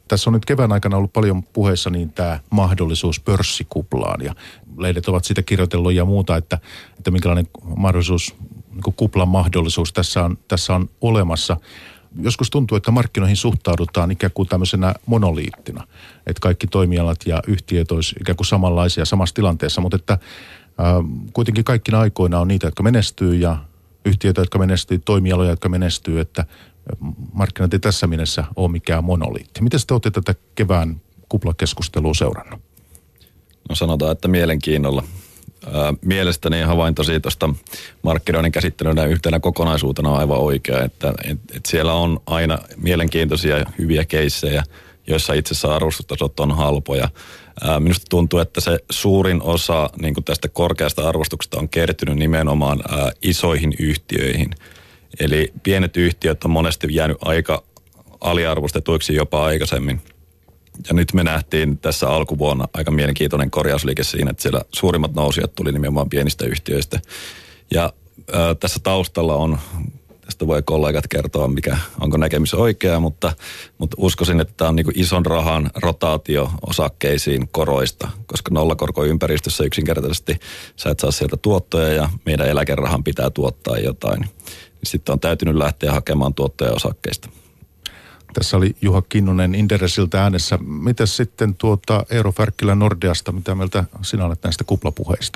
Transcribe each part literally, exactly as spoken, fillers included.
Tässä on nyt kevään aikana ollut paljon puheessa niin tämä mahdollisuus pörssikuplaan ja lehdet ovat siitä kirjoitellut ja muuta, että, että minkälainen mahdollisuus, niin kuin kuplan mahdollisuus tässä on, tässä on olemassa. Joskus tuntuu, että markkinoihin suhtaudutaan ikään kuin tämmöisenä monoliittina, että kaikki toimialat ja yhtiöt olisi ikään kuin samanlaisia samassa tilanteessa, mutta että äh, kuitenkin kaikkina aikoina on niitä, jotka menestyy ja yhtiöitä, jotka menestyy, toimialoja, jotka menestyy, että markkinat ei tässä mielessä ole mikään monoliitti. Miten te olette tätä kevään kuplakeskustelua seurannut? No sanotaan, että mielenkiinnolla. Ää, mielestäni havainto siitä tuosta markkinoiden käsittelynä yhtenä kokonaisuutena on aivan oikea, että et, et siellä on aina mielenkiintoisia hyviä keissejä, joissa itse asiassa arvostustasot on halpoja. Ää, minusta tuntuu, että se suurin osa niin kuin tästä korkeasta arvostuksesta on kertynyt nimenomaan ää, isoihin yhtiöihin. Eli pienet yhtiöt on monesti jäänyt aika aliarvostetuiksi jopa aikaisemmin. Ja nyt me nähtiin tässä alkuvuonna aika mielenkiintoinen korjausliike siinä, että siellä suurimmat nousijat tuli nimenomaan pienistä yhtiöistä. Ja ää, tässä taustalla on, tästä voi kollegat kertoa, mikä onko näkemys oikea, mutta, mutta uskoisin, että tämä on niin kuin ison rahan rotaatio osakkeisiin koroista, koska nollakorkoympäristössä yksinkertaisesti sä et saa sieltä tuottoja ja meidän eläkerahan pitää tuottaa jotain. Sitten on täytynyt lähteä hakemaan tuottoja osakkeista. Tässä oli Juha Kinnunen Inderesiltä äänessä. Mitäs sitten tuota Eero Färkkilä Nordeasta, mitä mieltä sinä olet näistä kuplapuheista?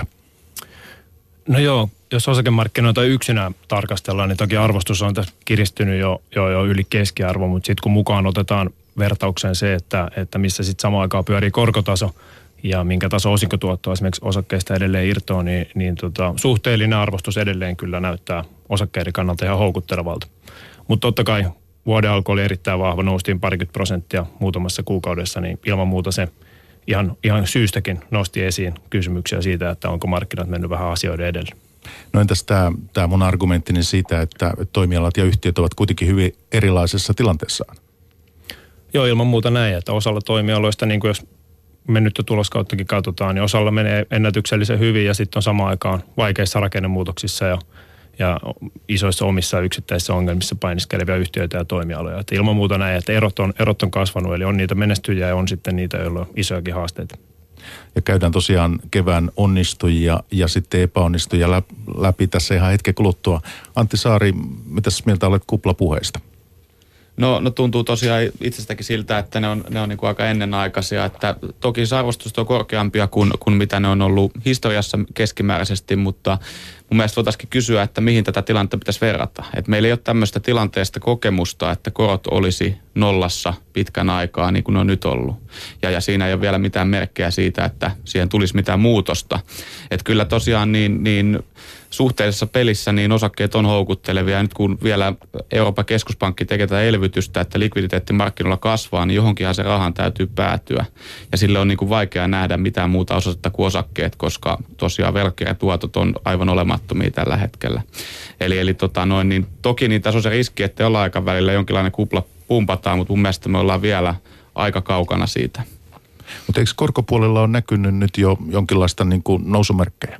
No joo, jos osakemarkkinoita yksinään tarkastellaan, niin toki arvostus on tässä kiristynyt jo, jo, jo yli keskiarvo, mutta sitten kun mukaan otetaan vertaukseen se, että, että missä sitten samaan aikaan pyörii korkotaso ja minkä taso osinkotuotto esimerkiksi osakkeista edelleen irtoaa, niin, niin tota, suhteellinen arvostus edelleen kyllä näyttää osakkeiden kannalta ihan houkuttelevalta. Mutta totta kai vuoden alku oli erittäin vahva, noustiin parikymmentä prosenttia muutamassa kuukaudessa, niin ilman muuta se ihan, ihan syystäkin nosti esiin kysymyksiä siitä, että onko markkinat mennyt vähän asioiden edelle. No entäs tämä, tämä mun argumenttini siitä, että toimialat ja yhtiöt ovat kuitenkin hyvin erilaisessa tilanteessaan? Joo, ilman muuta näin, että osalla toimialoista, niin kuin jos mennyttä tuloskauttakin katsotaan, niin osalla menee ennätyksellisen hyvin ja sitten on samaan aikaan vaikeissa rakennemuutoksissa ja ja isoissa omissa yksittäisissä ongelmissa painiskelevia yhtiöitä ja toimialoja. Että ilman muuta näin, että erot on, erot on kasvanut, eli on niitä menestyjiä ja on sitten niitä, joilla on isojakin haasteita. Ja käydään tosiaan kevään onnistujia ja sitten epäonnistujia läpi tässä ihan hetken kuluttua. Antti Saari, mitäs mieltä olet kuplapuheista? No, no tuntuu tosiaan itsestäkin siltä, että ne on, ne on niin kuin aika ennenaikaisia, että toki arvostus on korkeampia kuin, kuin mitä ne on ollut historiassa keskimääräisesti, mutta mun mielestä voitaisiin kysyä, että mihin tätä tilannetta pitäisi verrata. Että meillä ei ole tämmöistä tilanteesta kokemusta, että korot olisi nollassa pitkän aikaa niin kuin ne on nyt ollut. Ja, ja siinä ei ole vielä mitään merkkejä siitä, että siihen tulisi mitään muutosta. Että kyllä tosiaan niin, niin suhteellisessa pelissä niin osakkeet on houkuttelevia. Ja nyt kun vielä Euroopan keskuspankki tekee tätä elvytystä, että likviditeetti markkinoilla kasvaa, niin johonkinhan se rahan täytyy päätyä. Ja sille on niin kuin vaikea nähdä mitään muuta osastetta kuin osakkeet, koska tosiaan velkakirjatuotot on aivan olemattomia tällä hetkellä. Eli, eli tota noin, niin toki niin tässä on se riski, että jollain aikavälillä jonkinlainen kupla pumpataan, mutta mun mielestä me ollaan vielä aika kaukana siitä. Mutta eikö korkopuolella on näkynyt nyt jo jonkinlaista niin kuin nousumerkkejä?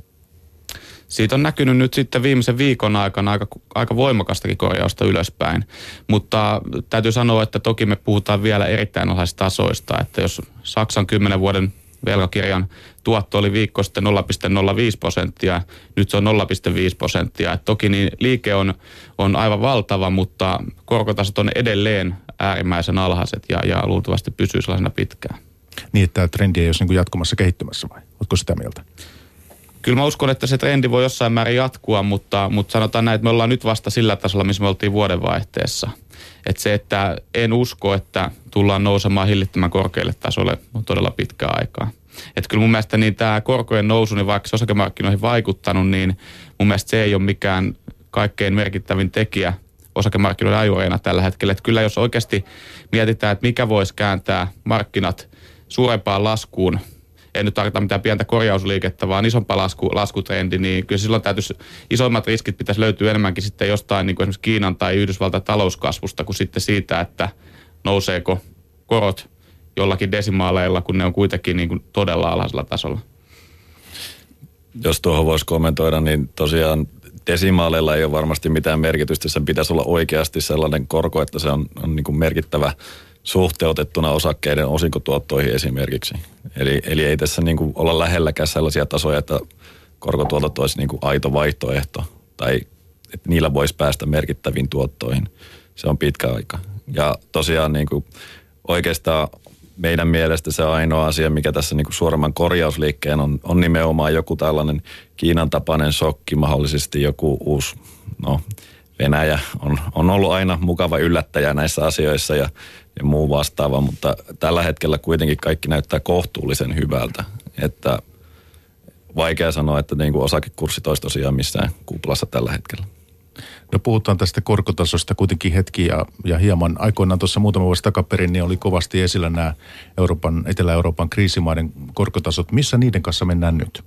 Siitä on näkynyt nyt sitten viimeisen viikon aikana aika, aika voimakastakin korjausta ylöspäin, mutta täytyy sanoa, että toki me puhutaan vielä erittäin alhaisista tasoista, että jos Saksan kymmenen vuoden velkakirjan tuotto oli viikko sitten nolla pilkku nolla viisi prosenttia, nyt se on nolla pilkku viisi prosenttia. Et toki niin liike on, on aivan valtava, mutta korkotasot on edelleen äärimmäisen alhaiset ja, ja luultavasti pysyy sellaisena pitkään. Niin, että tämä trendi ei olisi niin kuin jatkumassa kehittymässä vai? Oletko sitä mieltä? Kyllä mä uskon, että se trendi voi jossain määrin jatkua, mutta, mutta sanotaan näin, että me ollaan nyt vasta sillä tasolla, missä me oltiin vuodenvaihteessa. Että se, että en usko, että tullaan nousemaan hillittömän korkealle tasolle on todella pitkää aikaa. Että kyllä mun mielestä niin tämä korkojen nousu, niin vaikka se osakemarkkinoihin vaikuttanut, niin mun mielestä se ei ole mikään kaikkein merkittävin tekijä osakemarkkinoiden ajureina tällä hetkellä. Että kyllä jos oikeasti mietitään, että mikä voisi kääntää markkinat suurempaan laskuun, en nyt tarkoita mitään pientä korjausliikettä, vaan isompaa lasku, laskutrendi, niin kyllä silloin täytyisi, isoimmat riskit pitäisi löytyä enemmänkin sitten jostain niin kuin esimerkiksi Kiinan tai Yhdysvaltain talouskasvusta, kuin sitten siitä, että nouseeko korot jollakin desimaaleilla, kun ne on kuitenkin niin kuin todella alhaisella tasolla. Jos tuohon voisi kommentoida, niin tosiaan desimaaleilla ei ole varmasti mitään merkitystä. Sen pitäisi olla oikeasti sellainen korko, että se on, on niin kuin merkittävä suhteutettuna osakkeiden osinkotuottoihin esimerkiksi. Eli, eli ei tässä niin kuin olla lähelläkään sellaisia tasoja, että korkotuotot olisi niin kuin aito vaihtoehto tai että niillä voisi päästä merkittäviin tuottoihin. Se on pitkä aika. Ja tosiaan niin kuin oikeastaan meidän mielestä se ainoa asia, mikä tässä niin kuin suoremman korjausliikkeen on, on nimenomaan joku tällainen Kiinan tapainen shokki, mahdollisesti joku uusi, no Venäjä on, on ollut aina mukava yllättäjä näissä asioissa ja, ja muu vastaava, mutta tällä hetkellä kuitenkin kaikki näyttää kohtuullisen hyvältä, että vaikea sanoa, että niin kuin osakekurssit olisi tosiaan missään kuplassa tällä hetkellä. No puhutaan tästä korkotasosta kuitenkin hetki ja, ja hieman. Aikoinaan tuossa muutama vuosi takaperin niin oli kovasti esillä nämä Euroopan, Etelä-Euroopan kriisimaiden korkotasot. Missä niiden kanssa mennään nyt?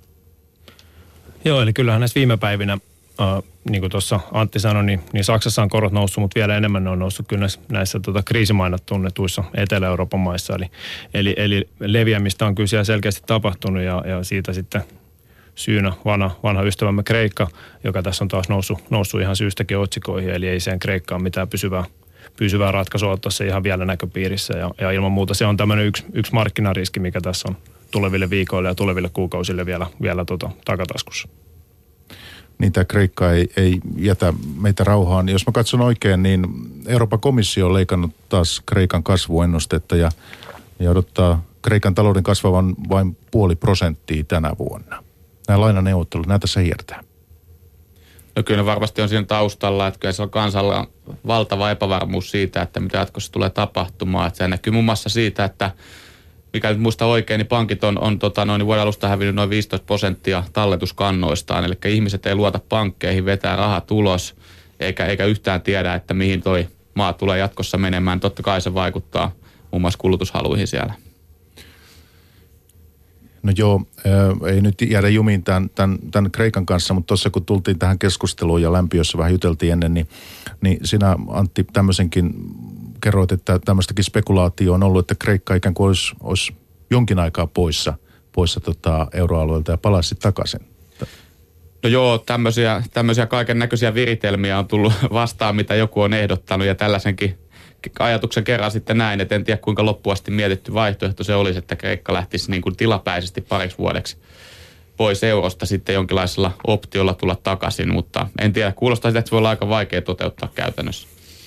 Joo, eli kyllähän näissä viime päivinä, äh, niin kuin tuossa Antti sanoi, niin, niin Saksassa on korot noussut, mutta vielä enemmän ne on noussut kyllä näissä, näissä tota, kriisimainat tunnetuissa Etelä-Euroopan maissa. Eli, eli, eli leviämistä on kyllä siellä selkeästi tapahtunut ja, ja siitä sitten syynä vanha, vanha ystävämme Kreikka, joka tässä on taas noussut, noussut ihan syystäkin otsikoihin, eli ei sen Kreikkaan mitään pysyvää, pysyvää ratkaisua ole se ihan vielä näköpiirissä. Ja, ja ilman muuta se on tämmöinen yksi, yksi markkinariski, mikä tässä on tuleville viikoille ja tuleville kuukausille vielä, vielä tota, takataskussa. Niin tämä Kreikka ei, ei jätä meitä rauhaan. Jos mä katson oikein, niin Euroopan komissio on leikannut taas Kreikan kasvuennustetta ja, ja odottaa Kreikan talouden kasvavan vain puoli prosenttia tänä vuonna. Nämä lainaneuvottelut, nämä tässä hiertää. No kyllä varmasti on siinä taustalla, että kyllä se on kansalla valtava epävarmuus siitä, että mitä jatkossa tulee tapahtumaan. Että se näkyy muun muassa siitä, että mikä nyt muista oikein, niin pankit on, on tota, noin, vuoden alusta hävinnyt noin viisitoista prosenttia talletuskannoistaan. Eli ihmiset ei luota pankkeihin, vetää rahat ulos, eikä, eikä yhtään tiedä, että mihin toi maa tulee jatkossa menemään. Totta kai se vaikuttaa muun muassa kulutushaluihin siellä. No joo, ei nyt jäädä jumiin tämän, tämän, tämän Kreikan kanssa, mutta tuossa kun tultiin tähän keskusteluun ja lämpiössä vähän juteltiin ennen, niin, niin sinä Antti tämmöisenkin kerroit, että tämmöistäkin spekulaatio on ollut, että Kreikka ikään kuin olisi, olisi jonkin aikaa poissa, poissa tota euroalueelta ja palaisi takaisin. No joo, tämmöisiä, tämmöisiä kaiken näköisiä viritelmiä on tullut vastaan, mitä joku on ehdottanut ja tällaisenkin ajatuksen kerran sitten näin, että en tiedä kuinka loppuasti mietitty vaihtoehto se olisi, että Kreikka lähtisi niin kuin tilapäisesti pariksi vuodeksi pois eurosta sitten jonkinlaisella optiolla tulla takaisin, mutta en tiedä, kuulostaa sitä, että se voi olla aika vaikea toteuttaa käytännössä.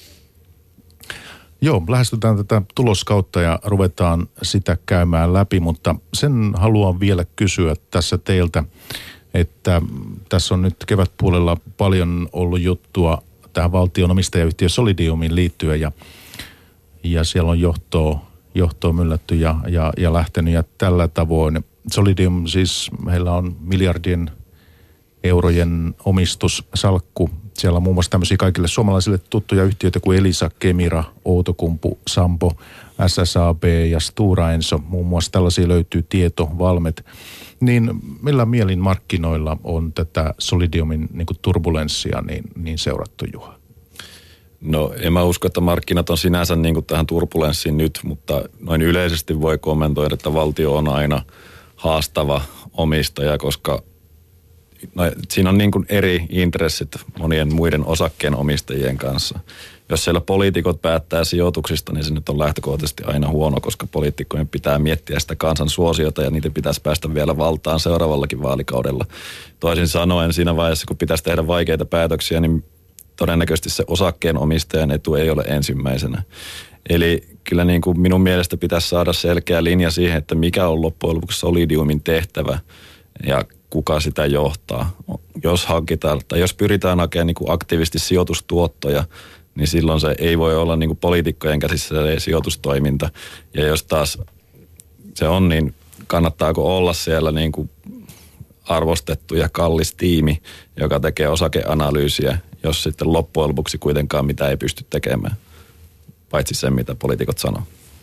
Joo, lähestytään tätä tuloskautta ja ruvetaan sitä käymään läpi, mutta sen haluan vielä kysyä tässä teiltä, että tässä on nyt kevätpuolella paljon ollut juttua tähän valtion omistajayhtiö Solidiumiin liittyen ja Ja siellä on johtoa, johtoa myllätty ja, ja, ja lähtenyt ja tällä tavoin. Solidium siis, heillä on miljardien eurojen omistussalkku. Siellä on muun muassa tämmöisiä kaikille suomalaisille tuttuja yhtiöitä kuin Elisa, Kemira, Outokumpu, Sampo, S S A B ja Stora Enso. Muun muassa tällaisia löytyy Tieto, Valmet. Niin millä mielin markkinoilla on tätä Solidiumin niin kuin turbulenssia niin, niin seurattu, Juha? No en mä usko, että markkinat on sinänsä niin kuin tähän turbulenssiin nyt, mutta noin yleisesti voi kommentoida, että valtio on aina haastava omistaja, koska no, siinä on niin kuin eri intressit monien muiden osakkeen omistajien kanssa. Jos siellä poliitikot päättää sijoituksista, niin se nyt on lähtökohtaisesti aina huono, koska poliitikkojen pitää miettiä sitä kansan suosiota ja niitä pitäisi päästä vielä valtaan seuraavallakin vaalikaudella. Toisin sanoen siinä vaiheessa, kun pitäisi tehdä vaikeita päätöksiä, niin todennäköisesti se osakkeen omistajan etu ei ole ensimmäisenä. Eli kyllä niin kuin minun mielestä pitäisi saada selkeä linja siihen, että mikä on loppujen lopuksi Solidiumin tehtävä ja kuka sitä johtaa. Jos hankitaan tai jos pyritään hakemaan niin kuin aktiivisesti sijoitustuottoja, niin silloin se ei voi olla niin kuin poliitikkojen käsissä se sijoitustoiminta. Ja jos taas se on, niin kannattaako olla siellä niin kuin arvostettu ja kallis tiimi, joka tekee osakeanalyysiä, jos sitten loppujen lopuksi kuitenkaan mitä ei pysty tekemään, paitsi sen, mitä poliitikot sanoo.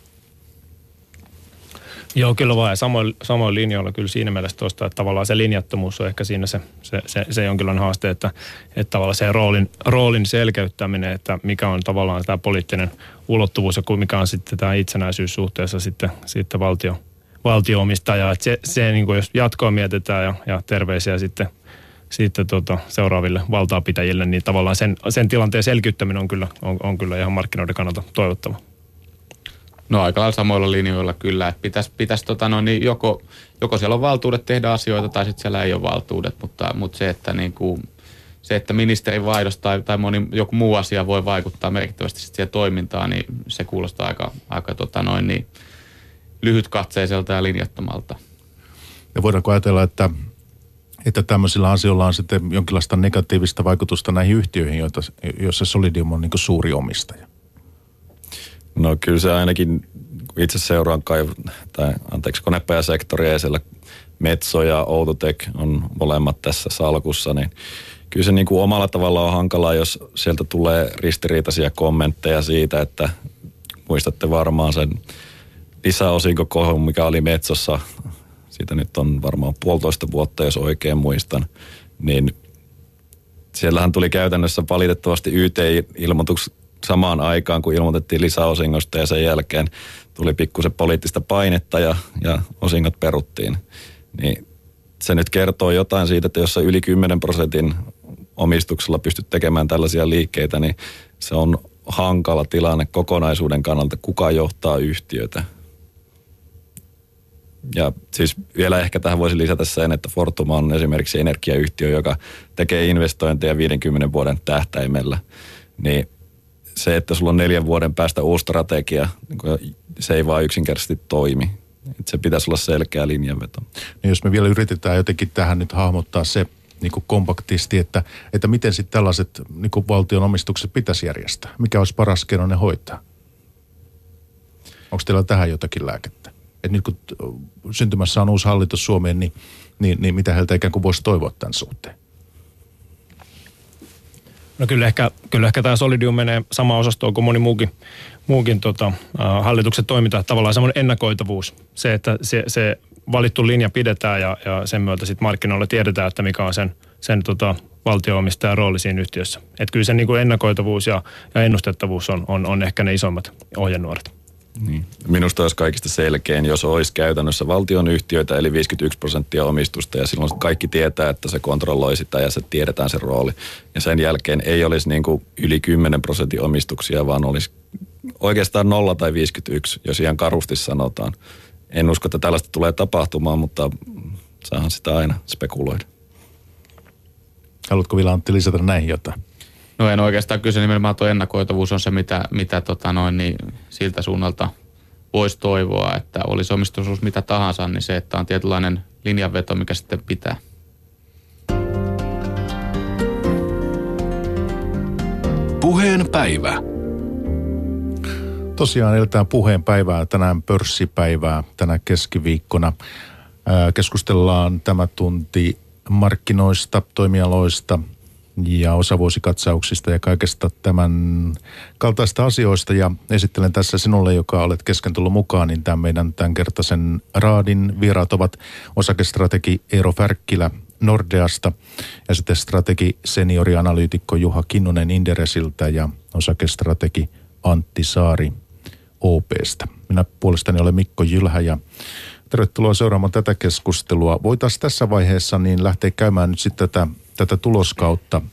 Joo, kyllä vaan. Samoin, samoin linjoilla kyllä siinä mielessä tuosta, että tavallaan se linjattomuus on ehkä siinä se, se, se, se jonkinlainen haaste, että, että tavallaan se roolin, roolin selkeyttäminen, että mikä on tavallaan tämä poliittinen ulottuvuus ja mikä on sitten tämä itsenäisyys suhteessa sitten, sitten valtio, valtio-omistajaa. Että se, se niin kuin jos jatkoa mietitään ja, ja terveisiä sitten, sitten tota, seuraaville valtaapitäjille, niin tavallaan sen, sen tilanteen selkiyttäminen on kyllä, on, on kyllä ihan markkinoiden kannalta toivottava. No aika lailla samoilla linjoilla kyllä, että pitäisi, pitäisi tota noin, niin joko, joko siellä on valtuudet tehdä asioita tai sitten siellä ei ole valtuudet, mutta, mutta se, että niin kuin, se, että ministerin vaihdos tai, tai moni, joku muu asia voi vaikuttaa merkittävästi siihen toimintaan, niin se kuulostaa aika, aika tota noin, niin lyhytkatseiselta ja linjattomalta. Ja voidaanko ajatella, että, että tämmöisillä asioilla on sitten jonkinlaista negatiivista vaikutusta näihin yhtiöihin, joita, joissa Solidium on niin kuin suuri omistaja? No kyllä se ainakin, itse seuraan kaiv- tai anteeksi konepajasektoria ja siellä Metso ja Outotec on molemmat tässä salkussa, niin kyllä se niin kuin omalla tavalla on hankalaa, jos sieltä tulee ristiriitaisia kommentteja siitä, että muistatte varmaan sen lisäosinkokohun, mikä oli Metsossa, siitä nyt on varmaan puolitoista vuotta, jos oikein muistan, niin siellähän tuli käytännössä valitettavasti Y T-ilmoitus samaan aikaan, kun ilmoitettiin lisäosingosta ja sen jälkeen tuli pikkusen poliittista painetta ja, ja osingot peruttiin. Niin se nyt kertoo jotain siitä, että jos sä yli kymmenen prosentin omistuksella pystyt tekemään tällaisia liikkeitä, niin se on hankala tilanne kokonaisuuden kannalta, kuka johtaa yhtiötä. Ja siis vielä ehkä tähän voisi lisätä sen, että Fortum on esimerkiksi energiayhtiö, joka tekee investointeja viidenkymmenen vuoden tähtäimellä. Niin se, että sulla on neljän vuoden päästä uusi strategia, se ei vaan yksinkertaisesti toimi. Se pitäisi olla selkeä linjanveto. No jos me vielä yritetään jotenkin tähän nyt hahmottaa se niin kuin kompaktisti, että, että miten sitten tällaiset niin kuin valtion omistukset pitäisi järjestää? Mikä olisi paras keino ne hoitaa? Onko teillä tähän jotakin lääkettä? Että nyt kun syntymässä on uusi hallitus Suomeen, niin, niin, niin mitä heiltä ikään kuin voisi toivoa tämän suhteen? No kyllä ehkä, kyllä ehkä tämä Solidium menee samaan osastoon kuin moni muukin, muukin tota, äh, hallituksen toiminta. Tavallaan semmoinen ennakoitavuus. Se, että se, se valittu linja pidetään ja, ja sen myötä sitten markkinoilla tiedetään, että mikä on sen, sen tota, valtio-omistajan rooli siinä yhtiössä. Että kyllä se niin kuin ennakoitavuus ja, ja ennustettavuus on, on, on ehkä ne isommat ohjenuoret. Niin. Minusta olisi kaikista selkein, jos olisi käytännössä valtionyhtiöitä, eli viisikymmentäyksi prosenttia omistusta, ja silloin kaikki tietää, että se kontrolloi sitä ja se tiedetään sen rooli. Ja sen jälkeen ei olisi niin kuin yli kymmenen prosentin omistuksia, vaan olisi oikeastaan nolla tai viisikymmentäyksi, jos ihan karusti sanotaan. En usko, että tällaista tulee tapahtumaan, mutta saahan sitä aina spekuloida. Haluatko vielä, Antti, lisätä näihin jotain? No en oikeastaan kyse, nimenomaan tuo ennakoitavuus on se, mitä, mitä tota noin, niin siltä suunnalta voisi toivoa, että olisi omistusuus mitä tahansa, niin se, että on tietynlainen linjanveto, mikä sitten pitää. Puheen päivä. Tosiaan eletään puheen päivää, tänään pörssipäivää, tänä keskiviikkona. Keskustellaan tämä tunti markkinoista, toimialoista ja osavuosikatsauksista ja kaikesta tämän kaltaista asioista. Ja esittelen tässä sinulle, joka olet kesken tullut mukaan, niin tämän meidän tämänkertaisen raadin vieraat ovat osakestrategi Eero Färkkilä Nordeasta ja sitten strategi seniorianalyytikko Juha Kinnunen Inderesiltä ja osakestrategi Antti Saari O P:stä. Minä puolestani olen Mikko Jylhä ja tervetuloa seuraamaan tätä keskustelua. Voitaisiin tässä vaiheessa niin lähteä käymään nyt sitten tätä, tätä tuloskautta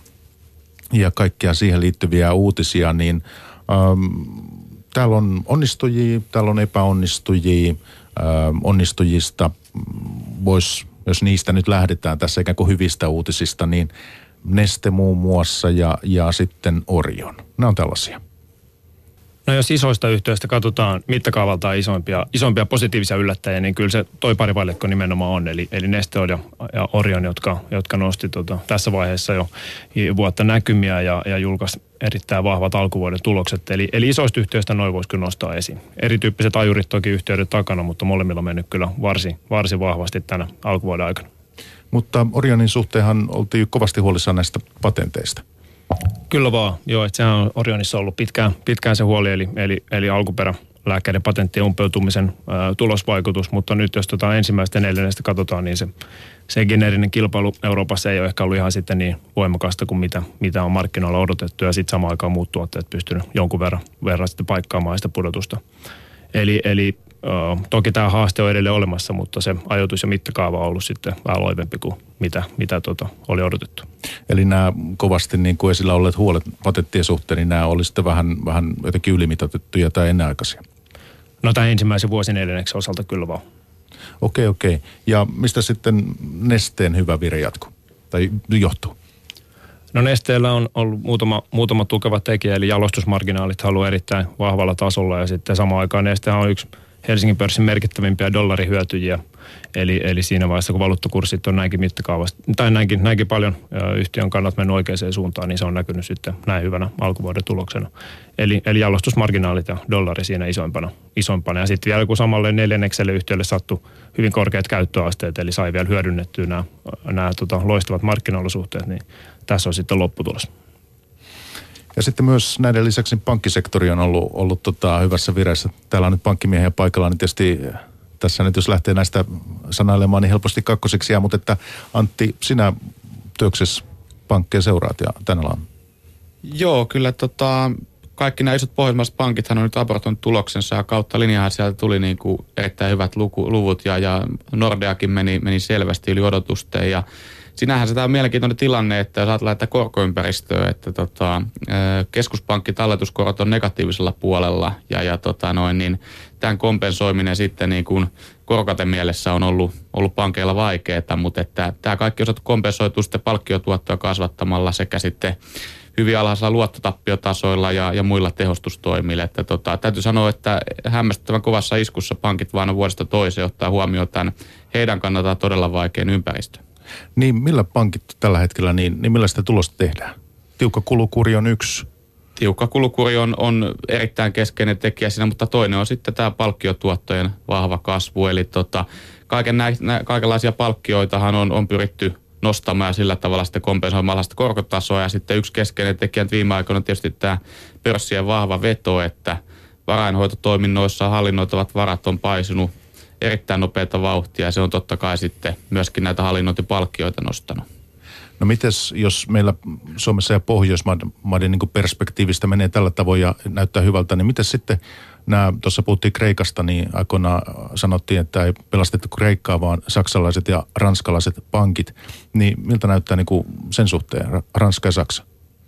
ja kaikkia siihen liittyviä uutisia, niin ähm, täällä on onnistujia, täällä on epäonnistujia, ähm, onnistujista voisi, jos niistä nyt lähdetään tässä ikään kuin hyvistä uutisista, niin Neste muun muassa ja, ja sitten Orion. Nämä on tällaisia. No jos isoista yhtiöistä katsotaan mittakaavaltaan isompia, isompia positiivisia yllättäjiä, niin kyllä se toi parivaljakko nimenomaan on. Eli, eli Neste ja, ja Orion, jotka, jotka nosti tota, tässä vaiheessa jo vuotta näkymiä ja, ja julkaisi erittäin vahvat alkuvuoden tulokset. Eli, eli isoista yhtiöistä noin voisi kyllä nostaa esiin. Erityyppiset ajurit toki yhtiöiden takana, mutta molemmilla on mennyt kyllä varsin, varsin vahvasti tänä alkuvuoden aikana. Mutta Orionin suhteenhan oltiin kovasti huolissaan näistä patenteista. Kyllä vaan, joo, että sehän on Orionissa ollut pitkään, pitkään se huoli, eli, eli, eli alkuperälääkkeiden patenttien umpeutumisen ää, tulosvaikutus, mutta nyt jos tota ensimmäistä neljännestä katsotaan, niin se, se geneerinen kilpailu Euroopassa ei ole ehkä ollut ihan sitten niin voimakasta kuin mitä, mitä on markkinoilla odotettu, ja sitten samaan aikaan muut tuotteet pystynyt jonkun verran, verran sitten paikkaamaan sitä pudotusta. Eli, eli äh, toki tämä haaste on edelleen olemassa, mutta se ajoitus ja mittakaava on ollut sitten vähän loivempi kuin mitä, mitä tota oli odotettu. Eli nämä kovasti niin kuin esillä olleet huolet patenttien suhteen, niin nämä oli sitten vähän, vähän jotenkin ylimitoitettuja tai ennenaikaisia? No tämän ensimmäisen vuosineljänneksen osalta kyllä vaan. Okei, okei. Ja mistä sitten Nesteen hyvä vire jatkuu? Tai johtuu? No Nesteellä on ollut muutama, muutama tukeva tekijä, eli jalostusmarginaalit haluaa erittäin vahvalla tasolla. Ja sitten samaan aikaan Nestehän on yksi Helsingin pörssin merkittävimpiä dollarihyötyjiä. Eli, eli siinä vaiheessa, kun valuuttakurssit on näinkin mittakaavasti, tai näinkin, näinkin paljon yhtiön kannat mennyt oikeaan suuntaan, niin se on näkynyt sitten näin hyvänä alkuvuoden tuloksena. Eli, eli jalostusmarginaalit ja dollari siinä isoimpana. isoimpana. Ja sitten vielä kun samalle neljännekselle yhtiölle sattui hyvin korkeat käyttöasteet, eli sai vielä hyödynnettyä nämä, nämä tota, loistavat markkinaolosuhteet, niin tässä on sitten lopputulos. Ja sitten myös näiden lisäksi pankkisektori on ollut, ollut tota, hyvässä vireessä. Täällä on nyt pankkimiehiä paikalla, niin tietysti tässä nyt jos lähtee näistä sanailemaan, niin helposti kakkosiksi jää, mutta että Antti, sinä työksessä pankkeja seuraat ja tänä lailla. Joo, kyllä tota, kaikki nämä isot pohjoismaiset pankithan on nyt raportoinut tuloksensa ja kautta linjahan sieltä tuli niin kuin erittäin hyvät luku, luvut ja, ja Nordeakin meni, meni selvästi yli odotusten ja sinähän se tämä on mielenkiintoinen tilanne, että jos ajatellaan, että korkoympäristöä, että tota, keskuspankki talletuskorot on negatiivisella puolella ja, ja tota noin, niin tämän kompensoiminen sitten niin kuin korkotemielessä on ollut, ollut pankeilla vaikeaa, mutta että tämä kaikki osat kompensoituu sitten palkkiotuottoa kasvattamalla sekä sitten hyvin alhaisilla luottotappiotasoilla ja, ja muilla tehostustoimilla. Että tota, täytyy sanoa, että hämmästyttävän kovassa iskussa pankit vaan on vuodesta toiseen ottaa huomioon tämän heidän kannaltaan todella vaikean ympäristön. Niin millä pankit tällä hetkellä, niin, niin millä sitä tulosta tehdään? Tiukka kulukuri on yksi. Tiukka kulukuri on, on erittäin keskeinen tekijä siinä, mutta toinen on sitten tämä palkkiotuottojen vahva kasvu. Eli tota, kaiken nä, nä, kaikenlaisia palkkioitahan on, on pyritty nostamaan ja sillä tavalla sitten kompensoimaan sitä korkotasoa. Ja sitten yksi keskeinen tekijä viime aikoina on tietysti tämä pörssien vahva veto, että varainhoitotoiminnoissa hallinnoitavat varat on paisunut erittäin nopeata vauhtia ja se on totta kai sitten myöskin näitä hallinnointipalkkioita nostanut. No mites, jos meillä Suomessa ja Pohjoismaiden niin kuin perspektiivistä menee tällä tavoin ja näyttää hyvältä, niin miten sitten nämä, tuossa puhuttiin Kreikasta, niin aikoinaan sanottiin, että ei pelastettu Kreikkaa, vaan saksalaiset ja ranskalaiset pankit, niin miltä näyttää niin kuin sen suhteen, Ranska ja Saksa?